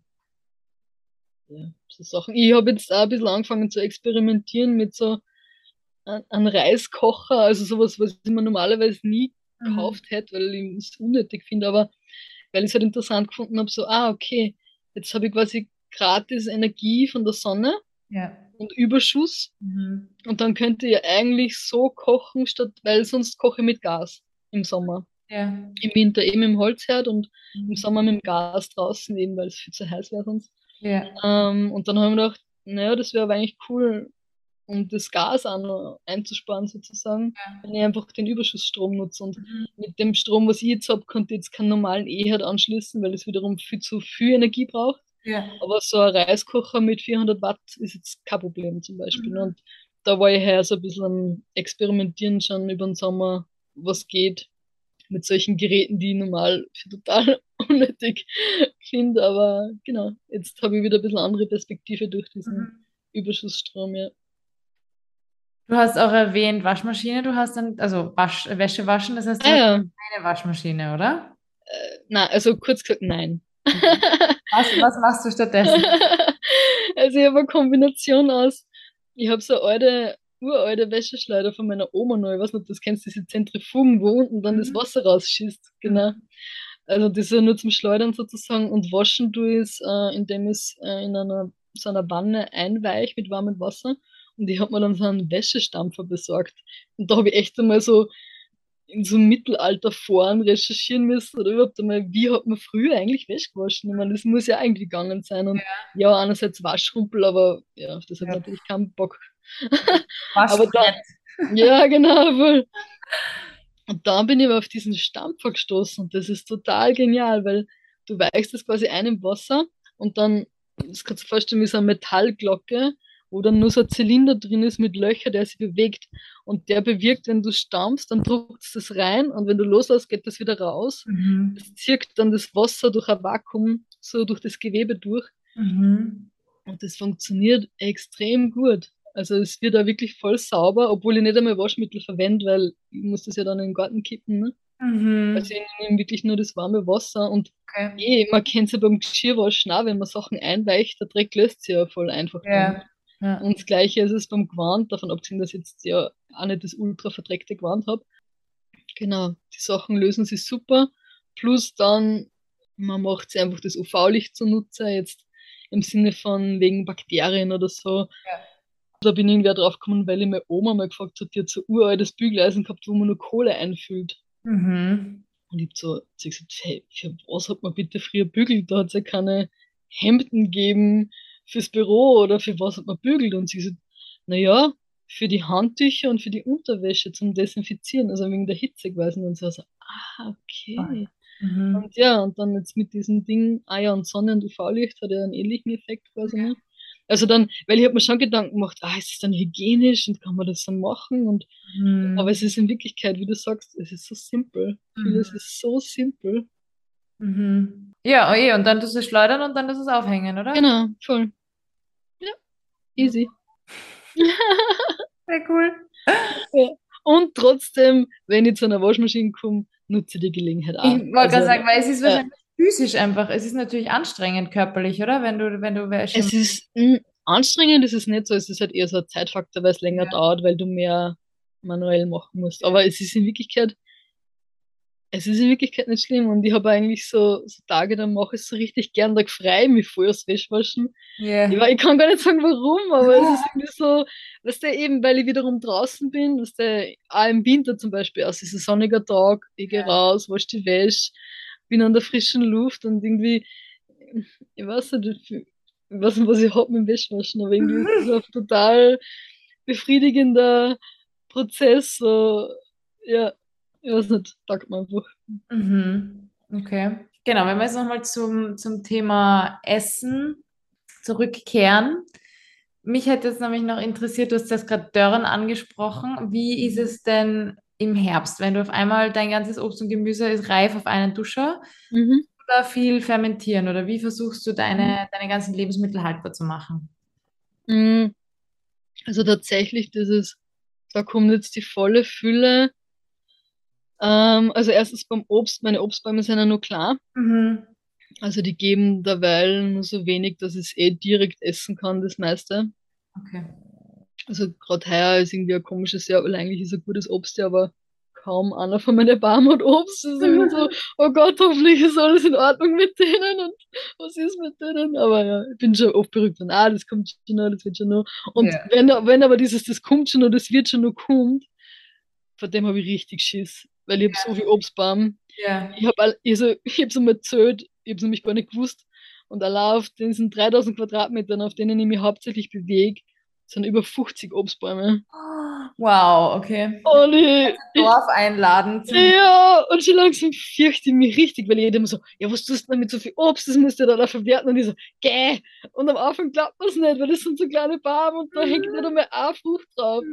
Ja, so Sachen. Ich habe jetzt auch ein bisschen angefangen zu experimentieren mit so ein, ein Reiskocher, also sowas, was ich mir normalerweise nie Mhm. gekauft hätte, weil ich es unnötig finde, aber weil ich es halt interessant gefunden habe, so, ah, okay, jetzt habe ich quasi gratis Energie von der Sonne Ja. und Überschuss Mhm. und dann könnte ich eigentlich so kochen, statt, weil sonst koche ich mit Gas im Sommer. Ja. Im Winter eben im Holzherd und im Mhm. Sommer mit dem Gas draußen, eben weil es viel zu heiß wäre sonst. Ja. Ähm, und dann habe ich mir gedacht, naja, das wäre aber eigentlich cool, um das Gas auch noch einzusparen sozusagen, wenn ich einfach den Überschussstrom nutze. Und Mhm. mit dem Strom, was ich jetzt habe, konnte ich jetzt keinen normalen E-Herd anschließen, weil es wiederum viel zu viel Energie braucht. Ja. Aber so ein Reiskocher mit vierhundert Watt ist jetzt kein Problem zum Beispiel. Mhm. Und da war ich her so ein bisschen am Experimentieren schon über den Sommer, was geht mit solchen Geräten, die ich normal für total unnötig finde. Aber genau, jetzt habe ich wieder ein bisschen andere Perspektive durch diesen Mhm. Überschussstrom, ja. Du hast auch erwähnt Waschmaschine, du hast dann, also Wasch, Wäsche waschen, das heißt, du Ah hast ja, eine Waschmaschine, oder? na, also kurz gesagt, nein. Mhm. Was, was machst du stattdessen? Also ich habe eine Kombination aus, ich habe so alte, uralte Wäscheschleuder von meiner Oma noch, ich weiß nicht, ob du das kennst, diese Zentrifugen, wo unten dann das Mhm. Wasser rausschießt, genau. Mhm. Also das ist ja nur zum Schleudern sozusagen und waschen tue ich es, äh, indem ich es äh, in einer, so einer Wanne einweich mit warmem Wasser und ich habe mir dann so einen Wäschestampfer besorgt und da habe ich echt einmal so in so Mittelalterforen recherchieren müssen oder überhaupt einmal, wie hat man früher eigentlich Wäsche gewaschen? Ich meine, das muss ja eigentlich gegangen sein. Und ja, einerseits Waschrumpel, aber ja, auf das hat Ja. natürlich keinen Bock. Aber dann, Waschbrett. ja, genau, voll. Und dann bin ich aber auf diesen Stampfer gestoßen und das ist total genial, weil du weichst das quasi ein im Wasser und dann, das kannst du dir vorstellen, wie so eine Metallglocke, wo dann nur so ein Zylinder drin ist mit Löchern, der sich bewegt und der bewirkt, wenn du stampfst, dann drückst du das rein und wenn du loslässt, geht das wieder raus. Mhm. Es zirkt dann das Wasser durch ein Vakuum so durch das Gewebe durch Mhm. und das funktioniert extrem gut. Also es wird da wirklich voll sauber, obwohl ich nicht einmal Waschmittel verwende, weil ich muss das ja dann in den Garten kippen, ne? Also Mhm. ich nehme wirklich nur das warme Wasser und Okay. eh, man kennt es ja beim Geschirrwaschen auch, wenn man Sachen einweicht, der Dreck löst sich ja voll einfach dann. Ja. Ja. Und das Gleiche ist es beim Gewand, davon abgesehen, dass ich jetzt ja auch nicht das ultra verdreckte Gewand habe. Genau, die Sachen lösen sich super. Plus dann, man macht sich einfach das U V-Licht zunutze, jetzt im Sinne von wegen Bakterien oder so. Ja. Da bin ich irgendwie drauf gekommen, weil ich meine Oma mal gefragt hat, die hat so ein uraltes Bügeleisen gehabt, wo man nur Kohle einfüllt. Mhm. Und ich hab so zu ihr gesagt, hey, für was hat man bitte früher bügelt? Da hat es ja keine Hemden gegeben fürs Büro oder für was hat man bügelt? Und sie gesagt, naja, für die Handtücher und für die Unterwäsche zum Desinfizieren, also wegen der Hitze gewesen. Und so, so ah, okay. Mhm. Und ja, und dann jetzt mit diesem Ding, ah ja, und Sonne- und U V-Licht hat ja einen ähnlichen Effekt quasi, ne? Also dann, weil ich habe mir schon Gedanken gemacht, ah, ist es dann hygienisch und kann man das dann machen? Und aber Mhm. es ist in Wirklichkeit, wie du sagst, es ist so simpel. Mhm. Vieles ist so simpel. Mhm. Ja, oh je, und dann tust du es schleudern und dann tust du es aufhängen, oder? Genau, voll. Ja, easy. Sehr cool. Ja. Und trotzdem, wenn ich zu einer Waschmaschine komme, nutze ich die Gelegenheit Ich auch. wollte gerade Also, sagen, weil es ist äh, wahrscheinlich physisch einfach, es ist natürlich anstrengend körperlich, oder? Wenn du, wenn du Wäsche es machst. ist mh, anstrengend, es ist nicht so, es ist halt eher so ein Zeitfaktor, weil es länger Ja. dauert, weil du mehr manuell machen musst. Aber es ist in Wirklichkeit Es ist in Wirklichkeit nicht schlimm und ich habe eigentlich so, so Tage, da mache ich es so richtig gern, da freue ich mich voll aufs Wäschewaschen. Ich, Ja. wei- ich kann gar nicht sagen, warum, aber es ist irgendwie so, weißt du, eben, weil ich wiederum draußen bin, weißt du, auch im Winter zum Beispiel, also es ist ein sonniger Tag, ich gehe raus, wasche die Wäsche, bin an der frischen Luft und irgendwie, ich weiß nicht, ich weiß nicht, was ich hab mit dem Wäschewaschen, aber irgendwie ist das ein total befriedigender Prozess, so, ja, ich weiß nicht, taugt mir einfach. Mhm. Okay. Genau, wenn wir jetzt nochmal zum, zum Thema Essen zurückkehren. Mich hätte jetzt nämlich noch interessiert, du hast das gerade Dörren angesprochen. Wie ist es denn im Herbst, wenn du auf einmal dein ganzes Obst und Gemüse ist reif auf einen Duscher Mhm. oder viel fermentieren oder wie versuchst du Mhm. deine, deine ganzen Lebensmittel haltbar zu machen? Mm, Also tatsächlich, das ist, da kommt jetzt die volle Fülle. Ähm, also erstens beim Obst, meine Obstbäume sind ja nur klar. Mhm. Also die geben derweil nur so wenig, dass ich es eh direkt essen kann, das meiste. Okay. Also gerade heuer ist irgendwie ein komisches Jahr, weil eigentlich ist ein gutes Obstjahr, aber kaum einer von meinen Bäumen hat Obst. Das ist irgendwie so, oh Gott, hoffentlich ist alles in Ordnung mit denen und was ist mit denen? Aber ja, ich bin schon oft berückt von, ah, das kommt schon noch, das wird schon noch. Und Ja. wenn, wenn aber dieses, das kommt schon noch, das wird schon noch kommt, vor dem habe ich richtig Schiss, weil ich habe so viel Obstbaum. Ja. Ich habe also, ich habe es einmal gezählt, ich habe es nämlich gar nicht gewusst. Und allein auf diesen dreitausend Quadratmetern, auf denen ich mich hauptsächlich bewege, sind über fünfzig Obstbäume. Wow, okay. Und ich, ich, Dorf einladen zum. ja, und schon langsam fürchte ich mich richtig, weil jeder immer so, ja, was tust du denn mit so viel Obst, das musst du ja da verwerten. Und ich so, gäh. Und am Anfang klappt das nicht, weil das sind so kleine Bäume und da hängt nicht einmal eine Frucht drauf.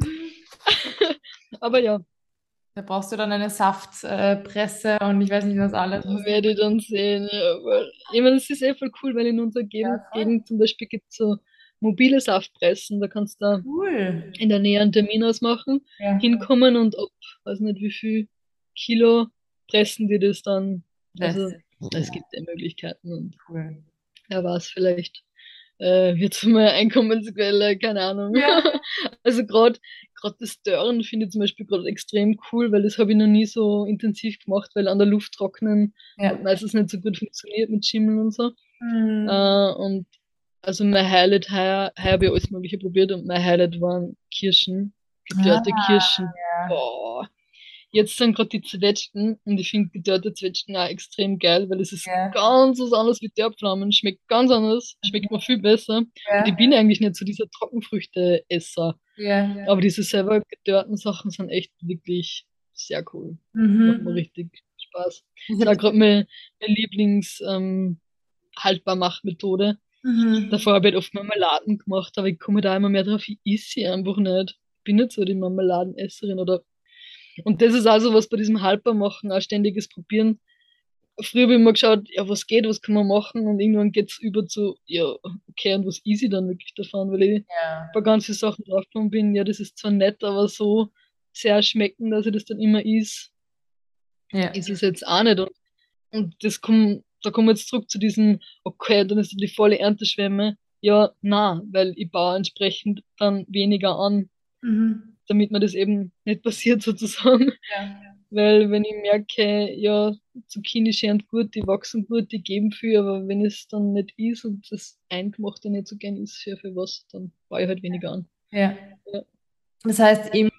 Aber ja, Da brauchst du dann eine Saftpresse und ich weiß nicht, was alles. Muss ich- werde ich dann sehen. Ja, weil, ich meine, das ist eh voll cool, weil in unserer Ja, Gegend, voll. Gegend zum Beispiel gibt es so mobile Saftpressen. Da kannst du Cool. in der Nähe einen Termin ausmachen, Ja, hinkommen und ab, weiß nicht wie viel Kilo pressen die das dann. das Also ist es gibt ja Möglichkeiten und cool. wer weiß, vielleicht äh, wird es mal Einkommensquelle, keine Ahnung. Ja. Also gerade gerade das Dörren finde ich zum Beispiel gerade extrem cool, weil das habe ich noch nie so intensiv gemacht, weil an der Luft trocknen hat Ja. meistens nicht so gut funktioniert mit Schimmeln und so. Mhm. Äh, und also mein Highlight heuer, heuer habe ich alles Mögliche probiert und mein Highlight waren Kirschen, Ah, geklärte Kirschen. ja. Boah. jetzt sind gerade die Zwetschgen und ich finde die dörte Zwetschgen auch extrem geil, weil es ist Ja. ganz was anderes wie Dörrpflaumen, schmeckt ganz anders, schmeckt mir viel besser. Und ich Ja. bin eigentlich nicht so dieser Trockenfrüchte-Esser, Ja. aber diese selber gedörrten Sachen sind echt wirklich sehr cool. Macht mir Mhm. richtig Spaß. Ich Ist habe auch gerade meine, meine Lieblings ähm, Haltbarmachmethode. mhm. Davor habe ich halt oft Marmeladen gemacht, aber ich komme da immer mehr drauf, ich esse sie einfach nicht. Ich bin nicht so die Marmeladenesserin oder. Und das ist also was bei diesem Haltbarmachen, auch ständiges Probieren. Früher habe ich immer geschaut, ja, was geht, was kann man machen, und irgendwann geht es über zu, ja, okay, und was ist ich dann wirklich davon, weil ich Ja. bei ganz vielen Sachen draufgekommen bin, ja, das ist zwar nett, aber so sehr schmecken, dass ich das dann immer is, Ja. ist es jetzt auch nicht. Und, und das kommt, da kommen wir jetzt zurück zu diesem, okay, dann ist die volle Ernteschwemme. Ja, na, weil ich baue entsprechend dann weniger an, Mhm. damit mir das eben nicht passiert sozusagen. Ja. Weil wenn ich merke, ja, Zucchini scheren gut, die wachsen gut, die geben viel, aber wenn es dann nicht ist und das Eingemachte nicht so gern ist, für, für was, dann baue ich halt weniger an. Ja. Ja. Das heißt, im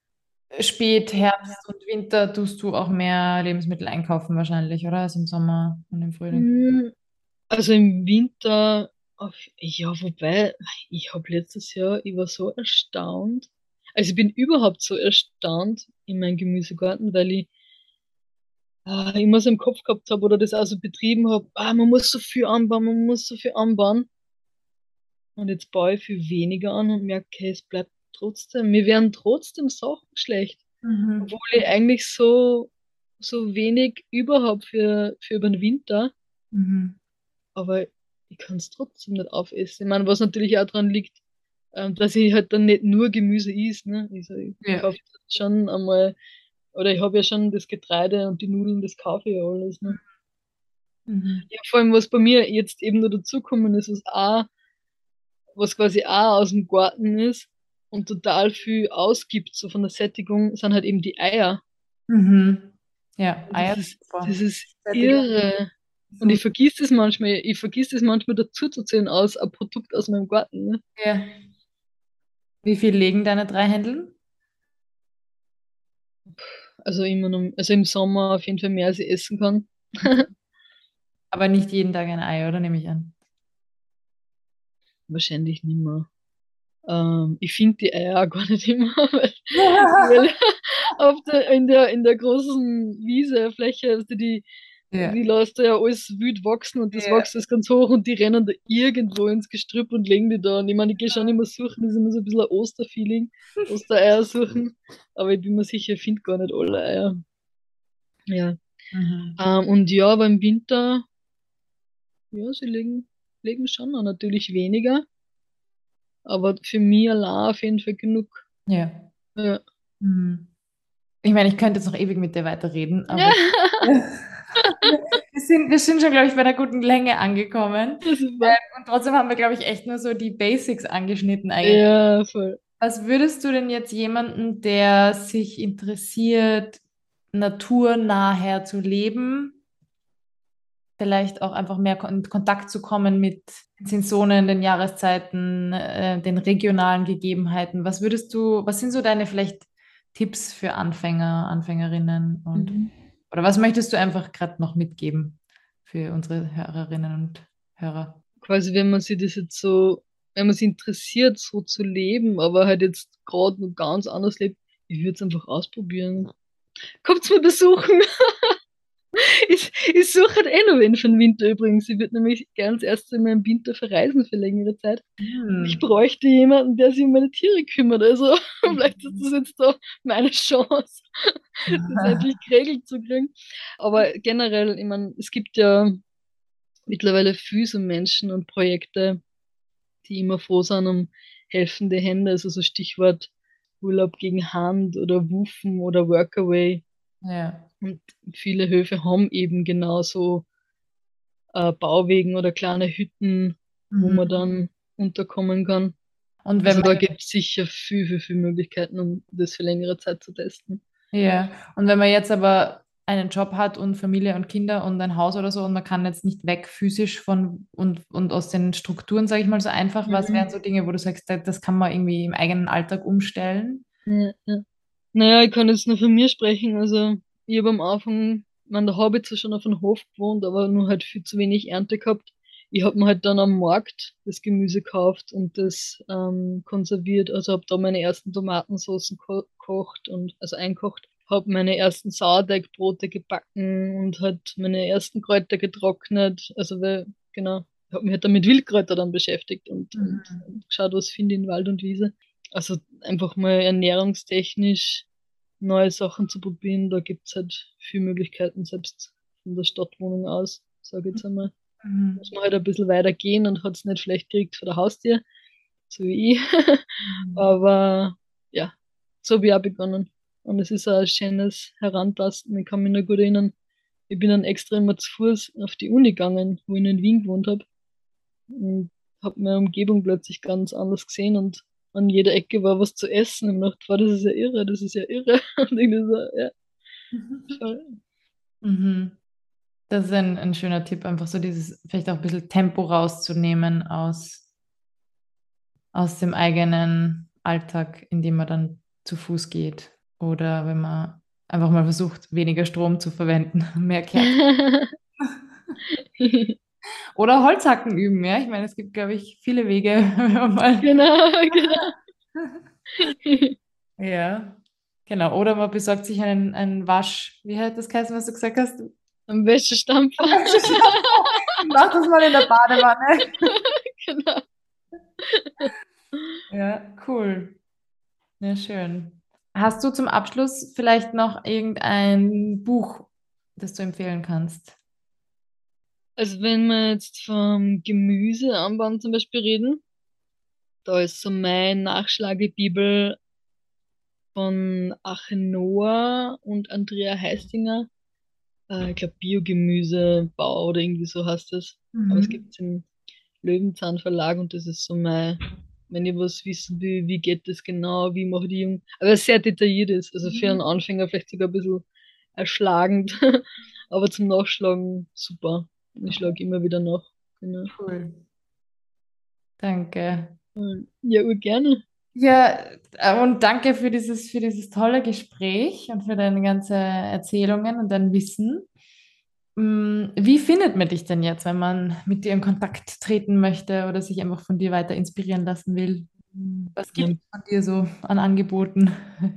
Spätherbst und Winter tust du auch mehr Lebensmittel einkaufen wahrscheinlich, oder? Als im Sommer und im Frühling. Mm, Also im Winter, auf, ja, wobei, ich habe letztes Jahr, ich war so erstaunt. Also ich bin überhaupt so erstaunt in meinem Gemüsegarten, weil ich äh, immer so im Kopf gehabt habe oder das auch so betrieben habe, ah, man muss so viel anbauen, man muss so viel anbauen. Und jetzt baue ich viel weniger an und merke, okay, es bleibt trotzdem, mir werden trotzdem Sachen schlecht. Mhm. Obwohl ich eigentlich so, so wenig überhaupt für, für über den Winter, Mhm. aber ich kann es trotzdem nicht aufessen. Ich meine, was natürlich auch daran liegt, ähm, dass ich halt dann nicht nur Gemüse is, ne? Also ich Ja. kaufe schon einmal, oder ich habe ja schon das Getreide und die Nudeln, das kaufe ich ja alles, ne? Mhm. Ja, vor allem, was bei mir jetzt eben nur dazukommen ist, was auch, was quasi auch aus dem Garten ist und total viel ausgibt, so von der Sättigung, sind halt eben die Eier. Mhm. Ja, Und Eier das sind ist, das super. ist Sättigung. irre. Und So. ich vergiss das manchmal, ich vergiss das manchmal dazu zu zählen als ein Produkt aus meinem Garten, ne? Ja. Wie viel legen deine drei Händeln? Also immer noch, also im Sommer auf jeden Fall mehr, als ich essen kann. Aber nicht jeden Tag ein Ei, oder? Nehme ich an. Wahrscheinlich nicht mehr. Ähm, ich finde die Eier auch gar nicht immer, weil, weil auf der, in der, in der großen Wiese, Fläche, also die, Ja. die lässt da ja alles wild wachsen und das Ja. wächst alles ganz hoch und die rennen da irgendwo ins Gestrüpp und legen die da. Und ich meine, ich gehe schon immer suchen, das ist immer so ein bisschen ein Osterfeeling, Ostereier suchen, aber ich bin mir sicher, ich finde gar nicht alle Eier. Ja. Mhm. Ähm, und ja, aber im Winter, ja, sie legen, legen schon auch natürlich weniger, aber für mich allein auf jeden Fall genug. Ja. Ja. Mhm. Ich meine, ich könnte jetzt noch ewig mit dir weiterreden, Ja, aber wir sind, wir sind schon, glaube ich, bei einer guten Länge angekommen. super. Und trotzdem haben wir, glaube ich, echt nur so die Basics angeschnitten eigentlich. Ja, voll. Was würdest du denn jetzt jemanden, der sich interessiert, naturnah zu leben, vielleicht auch einfach mehr in Kontakt zu kommen mit den Saisonен, den Jahreszeiten, äh, den regionalen Gegebenheiten. Was würdest du, was sind so deine vielleicht Tipps für Anfänger, Anfängerinnen und Mhm. oder was möchtest du einfach gerade noch mitgeben für unsere Hörerinnen und Hörer? Quasi, wenn man sich das jetzt so, wenn man sich interessiert, so zu leben, aber halt jetzt gerade noch ganz anders lebt, ich würde es einfach ausprobieren. Kommt's mal besuchen! Ich, ich suche halt eh noch wen für den Winter übrigens. Ich würde nämlich gern das erste Mal im Winter verreisen für längere Zeit. Und ich Hm. bräuchte jemanden, der sich um meine Tiere kümmert. Also vielleicht ist das jetzt da meine Chance, das endlich geregelt zu kriegen. Aber generell, ich meine, es gibt ja mittlerweile viele so Menschen und Projekte, die immer froh sind um helfende Hände. Also so Stichwort Urlaub gegen Hand oder Wufen oder Workaway. Ja. Und viele Höfe haben eben genauso äh, Bauwegen oder kleine Hütten, wo man Mhm. dann unterkommen kann. Und wenn Also man da gibt es sicher viel, viel, viel Möglichkeiten, um das für längere Zeit zu testen. Ja, und wenn man jetzt aber einen Job hat und Familie und Kinder und ein Haus oder so und man kann jetzt nicht weg physisch von und, und aus den Strukturen, sage ich mal so einfach, was Mhm. wären so Dinge, wo du sagst, da- das kann man irgendwie im eigenen Alltag umstellen? Ja, ja. Naja, ich kann jetzt nur von mir sprechen. Also, ich habe am Anfang, ich meine, da habe ich zwar schon auf einem Hof gewohnt, aber nur halt viel zu wenig Ernte gehabt. Ich habe mir halt dann am Markt das Gemüse gekauft und das ähm, konserviert. Also habe da meine ersten Tomatensoßen ko kocht und also einkocht. Habe meine ersten Sauerteigbrote gebacken und halt meine ersten Kräuter getrocknet. Also weil, genau, ich habe mich halt dann mit Wildkräuter dann beschäftigt und, und, Mhm. und geschaut, was finde ich in Wald und Wiese. Also einfach mal ernährungstechnisch neue Sachen zu probieren. Da gibt es halt viele Möglichkeiten, selbst von der Stadtwohnung aus, sage ich jetzt einmal. Mhm. Muss man halt ein bisschen weiter gehen und hat es nicht vielleicht direkt vor der Haustür, so wie ich. Mhm. Aber ja, so habe ich auch begonnen. Und es ist auch ein schönes Herantasten. Ich kann mich noch gut erinnern, ich bin dann extra immer zu Fuß auf die Uni gegangen, wo ich noch in Wien gewohnt habe. Und habe meine Umgebung plötzlich ganz anders gesehen und an jeder Ecke war was zu essen. Und ich dachte, wow, das ist ja irre, das ist ja irre. Und ich so, ja, voll. Mhm. Das ist ein, ein schöner Tipp, einfach so dieses, vielleicht auch ein bisschen Tempo rauszunehmen aus, aus dem eigenen Alltag, in dem man dann zu Fuß geht. Oder wenn man einfach mal versucht, weniger Strom zu verwenden, mehr Kerzen. Oder Holzhacken üben, ja. Ich meine, es gibt, glaube ich, viele Wege, wenn man mal. Genau, genau. Ja, genau. Oder man besorgt sich einen, einen Wasch. Wie hat das geheißen, was du gesagt hast? Am Wäschestampfer. Mach das mal in der Badewanne. Genau. Ja, cool. Ja, schön. Hast du zum Abschluss vielleicht noch irgendein Buch, das du empfehlen kannst? Also wenn wir jetzt vom Gemüseanbau zum Beispiel reden, da ist so meine Nachschlagebibel von Achenoa und Andrea Heistinger. Äh, ich glaube Biogemüsebau oder irgendwie so heißt es. Aber es Mhm. gibt es im Löwenzahn Verlag und das ist so mein, wenn ich was wissen will, wie geht das genau, wie mache ich die Jung. Aber es sehr detailliert ist, also für einen Anfänger vielleicht sogar ein bisschen erschlagend, aber zum Nachschlagen super. Ich schlage immer wieder nach. Genau. Cool. Danke. Ja, gerne. Ja, äh, und danke für dieses, für dieses tolle Gespräch und für deine ganzen Erzählungen und dein Wissen. Mm, Wie findet man dich denn jetzt, wenn man mit dir in Kontakt treten möchte oder sich einfach von dir weiter inspirieren lassen will? Was gibt Ja. es von dir so an Angeboten?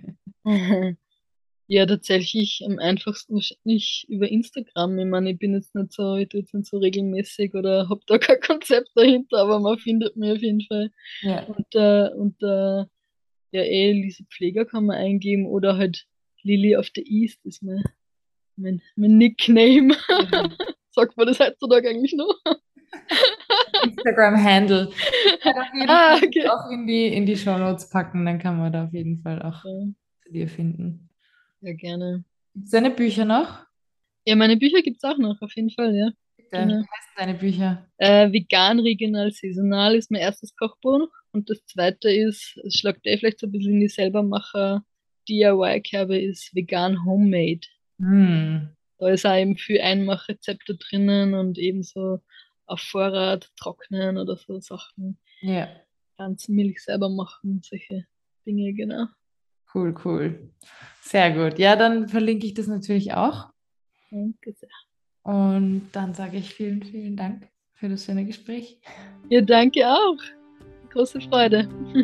Ja, tatsächlich am einfachsten wahrscheinlich über Instagram. Ich meine, ich bin jetzt nicht so, ich tue jetzt nicht so regelmäßig oder habe da kein Konzept dahinter, aber man findet mich auf jeden Fall. Ja. Und, äh, und äh, ja, eh, Lise Pfleger kann man eingeben oder halt Lily of the East ist mein, mein, mein Nickname. Sagt man das heutzutage eigentlich noch? Instagram-Handle. Ich werde auf jeden Ah, Fall okay. auch in die, in die Shownotes packen, dann kann man da auf jeden Fall auch Ja, zu dir finden. ja, gerne. Gibt es deine Bücher noch? Ja, meine Bücher gibt's auch noch, auf jeden Fall, ja. Bitte, wie Genau. heißen deine Bücher? Äh, vegan, regional, saisonal ist mein erstes Kochbuch. Und das zweite ist, es schlagt eh vielleicht so ein bisschen in die Selbermacher D I Y-Kerbe, ist vegan homemade. Hm. Da ist auch eben viel Einmachrezepte drinnen und eben so auf Vorrat trocknen oder so Sachen. Ja, Pflanzenmilch selber machen, solche Dinge, genau. cool, cool. Sehr gut. Ja, dann verlinke ich das natürlich auch. Danke sehr. Und dann sage ich vielen, vielen Dank für das schöne Gespräch. Ja, danke auch. Große Freude.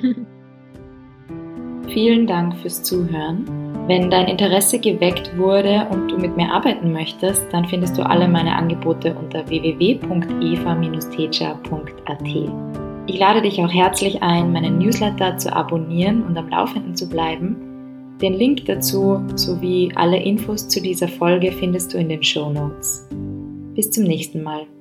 Vielen Dank fürs Zuhören. Wenn dein Interesse geweckt wurde und du mit mir arbeiten möchtest, dann findest du alle meine Angebote unter w w w punkt eva Bindestrich teja punkt a t. Ich lade dich auch herzlich ein, meinen Newsletter zu abonnieren und am Laufenden zu bleiben. Den Link dazu sowie alle Infos zu dieser Folge findest du in den Shownotes. Bis zum nächsten Mal.